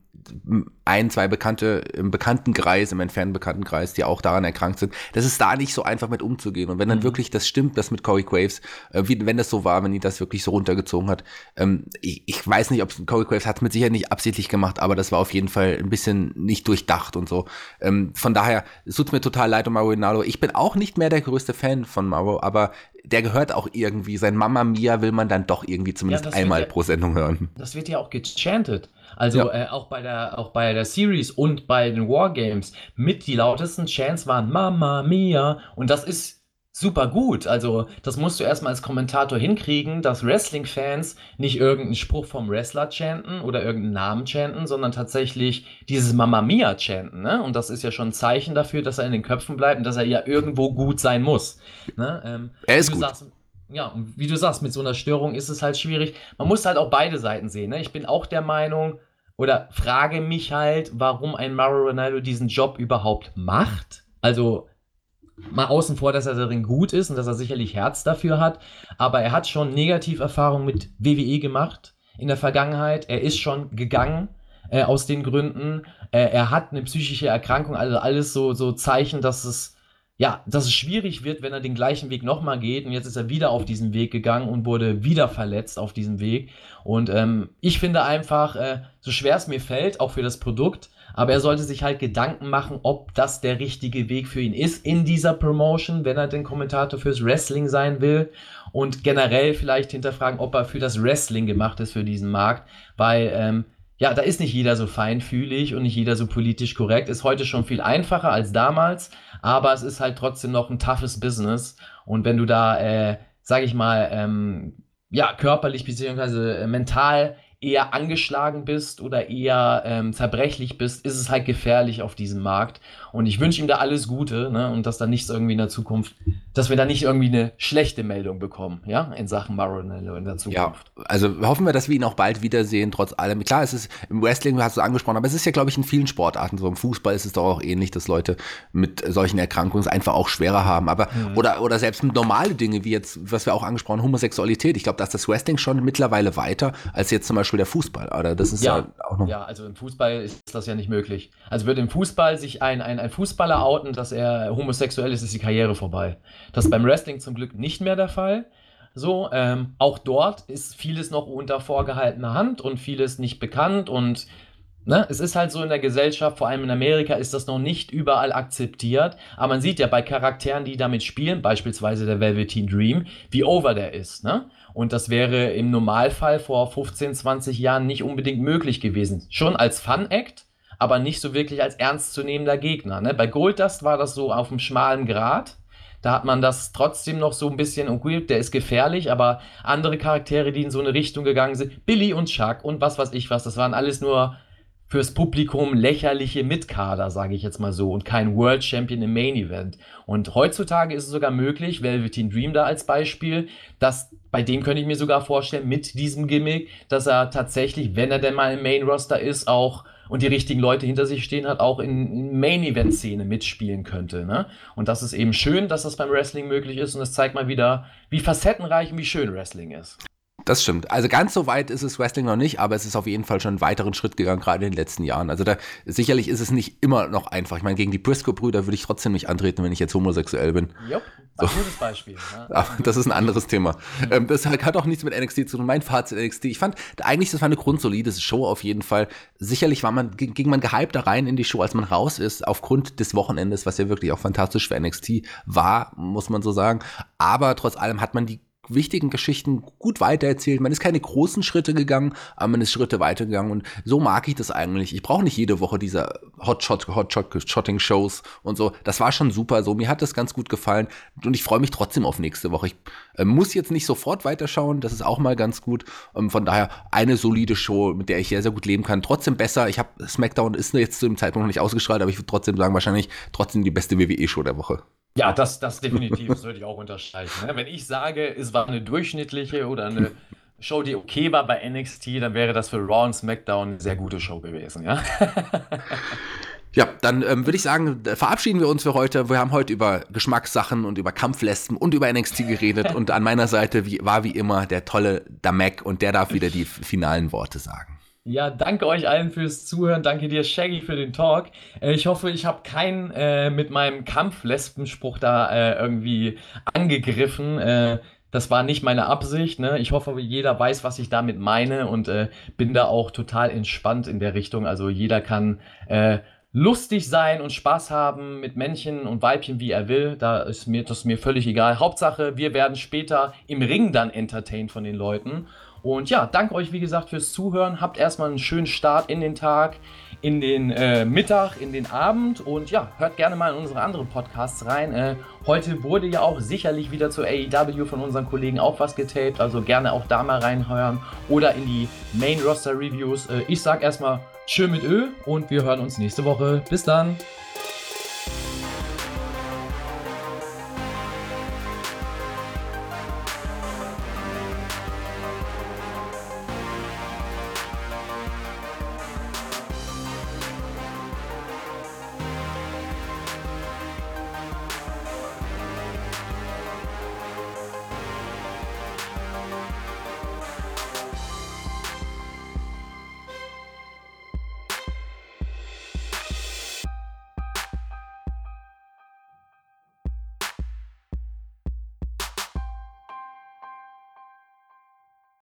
ein, zwei Bekannte im Bekanntenkreis, im entfernten Bekanntenkreis, die auch daran erkrankt sind. Das ist da nicht so einfach mit umzugehen. Und wenn dann mhm. wirklich das stimmt, das mit Corey Graves, äh, wie, wenn das so war, wenn die das wirklich so runtergezogen hat, ähm, ich, ich weiß nicht, ob Corey Graves hat es mit Sicherheit nicht absichtlich gemacht, aber das war auf jeden Fall ein bisschen nicht durchdacht und so. Ähm, von daher, es tut mir total leid um Mauro Ranallo. Ich bin auch nicht mehr der größte Fan von Mauro, aber der gehört auch irgendwie, sein Mamma Mia will man dann doch irgendwie zumindest ja, einmal ja, pro Sendung hören. Das wird ja auch gechantet. Also ja. äh, auch bei der auch bei der Series und bei den Wargames mit die lautesten Chants waren Mamma Mia und das ist super gut. Also das musst du erstmal als Kommentator hinkriegen, dass Wrestling-Fans nicht irgendeinen Spruch vom Wrestler chanten oder irgendeinen Namen chanten, sondern tatsächlich dieses Mamma Mia chanten. Ne? Und das ist ja schon ein Zeichen dafür, dass er in den Köpfen bleibt und dass er ja irgendwo gut sein muss. Ne? Ähm, er ist gut. Sagst, ja, und wie du sagst, mit so einer Störung ist es halt schwierig. Man muss halt auch beide Seiten sehen. Ne? Ich bin auch der Meinung, oder frage mich halt, warum ein Mauro Ranallo diesen Job überhaupt macht. Also mal außen vor, dass er darin gut ist und dass er sicherlich Herz dafür hat. Aber er hat schon Negativerfahrungen mit W W E gemacht in der Vergangenheit. Er ist schon gegangen äh, aus den Gründen. Äh, er hat eine psychische Erkrankung, also alles so, so Zeichen, dass es ja, dass es schwierig wird, wenn er den gleichen Weg nochmal geht. Und jetzt ist er wieder auf diesen Weg gegangen und wurde wieder verletzt auf diesem Weg. Und ähm, ich finde einfach, äh, so schwer es mir fällt, auch für das Produkt, aber er sollte sich halt Gedanken machen, ob das der richtige Weg für ihn ist in dieser Promotion, wenn er den Kommentator fürs Wrestling sein will. Und generell vielleicht hinterfragen, ob er für das Wrestling gemacht ist, für diesen Markt. Weil, ähm, ja, da ist nicht jeder so feinfühlig und nicht jeder so politisch korrekt. Ist heute schon viel einfacher als damals, aber es ist halt trotzdem noch ein toughes Business. Und wenn du da, äh, sag ich mal, ähm, ja, körperlich bzw. mental eher angeschlagen bist oder eher ähm, zerbrechlich bist, ist es halt gefährlich auf diesem Markt. Und ich wünsche ihm da alles Gute, ne? Und dass da nichts irgendwie in der Zukunft, dass wir da nicht irgendwie eine schlechte Meldung bekommen, ja, in Sachen Mauro Ranallo in der Zukunft. Ja, also hoffen wir, dass wir ihn auch bald wiedersehen, trotz allem. Klar, es ist im Wrestling, hast du angesprochen, aber es ist ja, glaube ich, in vielen Sportarten so. Im Fußball ist es doch auch ähnlich, dass Leute mit solchen Erkrankungen es einfach auch schwerer haben. Aber, mhm. oder, oder selbst mit normale Dinge, wie jetzt, was wir auch angesprochen haben, Homosexualität. Ich glaube, da ist das Wrestling schon mittlerweile weiter, als jetzt zum Beispiel der Fußball. Oder das ist ja, ja auch noch. Ja, also im Fußball ist das ja nicht möglich. Also würde im Fußball sich ein, ein, ein Fußballer outen, dass er homosexuell ist, ist die Karriere vorbei. Das ist beim Wrestling zum Glück nicht mehr der Fall. So, ähm, auch dort ist vieles noch unter vorgehaltener Hand und vieles nicht bekannt und Ne? Es ist halt so in der Gesellschaft, vor allem in Amerika, ist das noch nicht überall akzeptiert. Aber man sieht ja bei Charakteren, die damit spielen, beispielsweise der Velveteen Dream, wie over der ist. Ne? Und das wäre im Normalfall vor fünfzehn, zwanzig Jahren nicht unbedingt möglich gewesen. Schon als Fun-Act, aber nicht so wirklich als ernstzunehmender Gegner. Ne? Bei Goldust war das so auf einem schmalen Grat. Da hat man das trotzdem noch so ein bisschen, okay, der ist gefährlich, aber andere Charaktere, die in so eine Richtung gegangen sind, Billy und Chuck und was weiß ich was, das waren alles nur fürs Publikum lächerliche Mitkader, sage ich jetzt mal so, und kein World Champion im Main Event. Und heutzutage ist es sogar möglich, Velveteen Dream da als Beispiel, dass bei dem könnte ich mir sogar vorstellen, mit diesem Gimmick, dass er tatsächlich, wenn er denn mal im Main Roster ist, auch und die richtigen Leute hinter sich stehen hat, auch in, in Main-Event-Szene mitspielen könnte. Ne? Und das ist eben schön, dass das beim Wrestling möglich ist und das zeigt mal wieder, wie facettenreich und wie schön Wrestling ist. Das stimmt. Also ganz so weit ist es Wrestling noch nicht, aber es ist auf jeden Fall schon einen weiteren Schritt gegangen, gerade in den letzten Jahren. Also da sicherlich ist es nicht immer noch einfach. Ich meine, gegen die Briscoe-Brüder würde ich trotzdem nicht antreten, wenn ich jetzt homosexuell bin. Jupp, ein gutes Beispiel. Ja. Aber das ist ein anderes Thema. Mhm. Das hat auch nichts mit N X T zu tun. Mein Fazit N X T, ich fand eigentlich, das war eine grundsolide Show auf jeden Fall. Sicherlich war man, ging man gehypt da rein in die Show, als man raus ist, aufgrund des Wochenendes, was ja wirklich auch fantastisch für N X T war, muss man so sagen. Aber trotz allem hat man die wichtigen Geschichten gut weitererzählt. Man ist keine großen Schritte gegangen, aber man ist Schritte weitergegangen und so mag ich das eigentlich. Ich brauche nicht jede Woche diese Hotshot, Hotshot-Shotting-Shows und so. Das war schon super so. Mir hat das ganz gut gefallen und ich freue mich trotzdem auf nächste Woche. Ich äh, muss jetzt nicht sofort weiterschauen, das ist auch mal ganz gut. Ähm, von daher eine solide Show, mit der ich sehr, sehr gut leben kann. Trotzdem besser. Ich habe SmackDown ist jetzt zu dem Zeitpunkt noch nicht ausgestrahlt, aber ich würde trotzdem sagen, wahrscheinlich trotzdem die beste W W E-Show der Woche. Ja, das, das definitiv, das würde ich auch unterstreichen. Ne? Wenn ich sage, es war eine durchschnittliche oder eine Show, die okay war bei N X T, dann wäre das für Raw und SmackDown eine sehr gute Show gewesen, ja? Ja, dann ähm, würde ich sagen, verabschieden wir uns für heute. Wir haben heute über Geschmackssachen und über Kampflespen und über N X T geredet und an meiner Seite wie, war wie immer der tolle Damek und der darf wieder die finalen Worte sagen. Ja, danke euch allen fürs Zuhören. Danke dir, Shaggy, für den Talk. Äh, ich hoffe, ich habe keinen äh, mit meinem Kampflespenspruch da äh, irgendwie angegriffen. Äh, das war nicht meine Absicht. Ne? Ich hoffe, jeder weiß, was ich damit meine und äh, bin da auch total entspannt in der Richtung. Also jeder kann äh, lustig sein und Spaß haben mit Männchen und Weibchen, wie er will. Da ist mir das ist mir völlig egal. Hauptsache, wir werden später im Ring dann entertained von den Leuten. Und ja, danke euch, wie gesagt, fürs Zuhören. Habt erstmal einen schönen Start in den Tag, in den äh, Mittag, in den Abend. Und ja, hört gerne mal in unsere anderen Podcasts rein. Äh, heute wurde ja auch sicherlich wieder zur A E W von unseren Kollegen auch was getaped. Also gerne auch da mal reinhören. Oder in die Main Roster Reviews. Äh, ich sag erstmal tschö mit Ö und wir hören uns nächste Woche. Bis dann.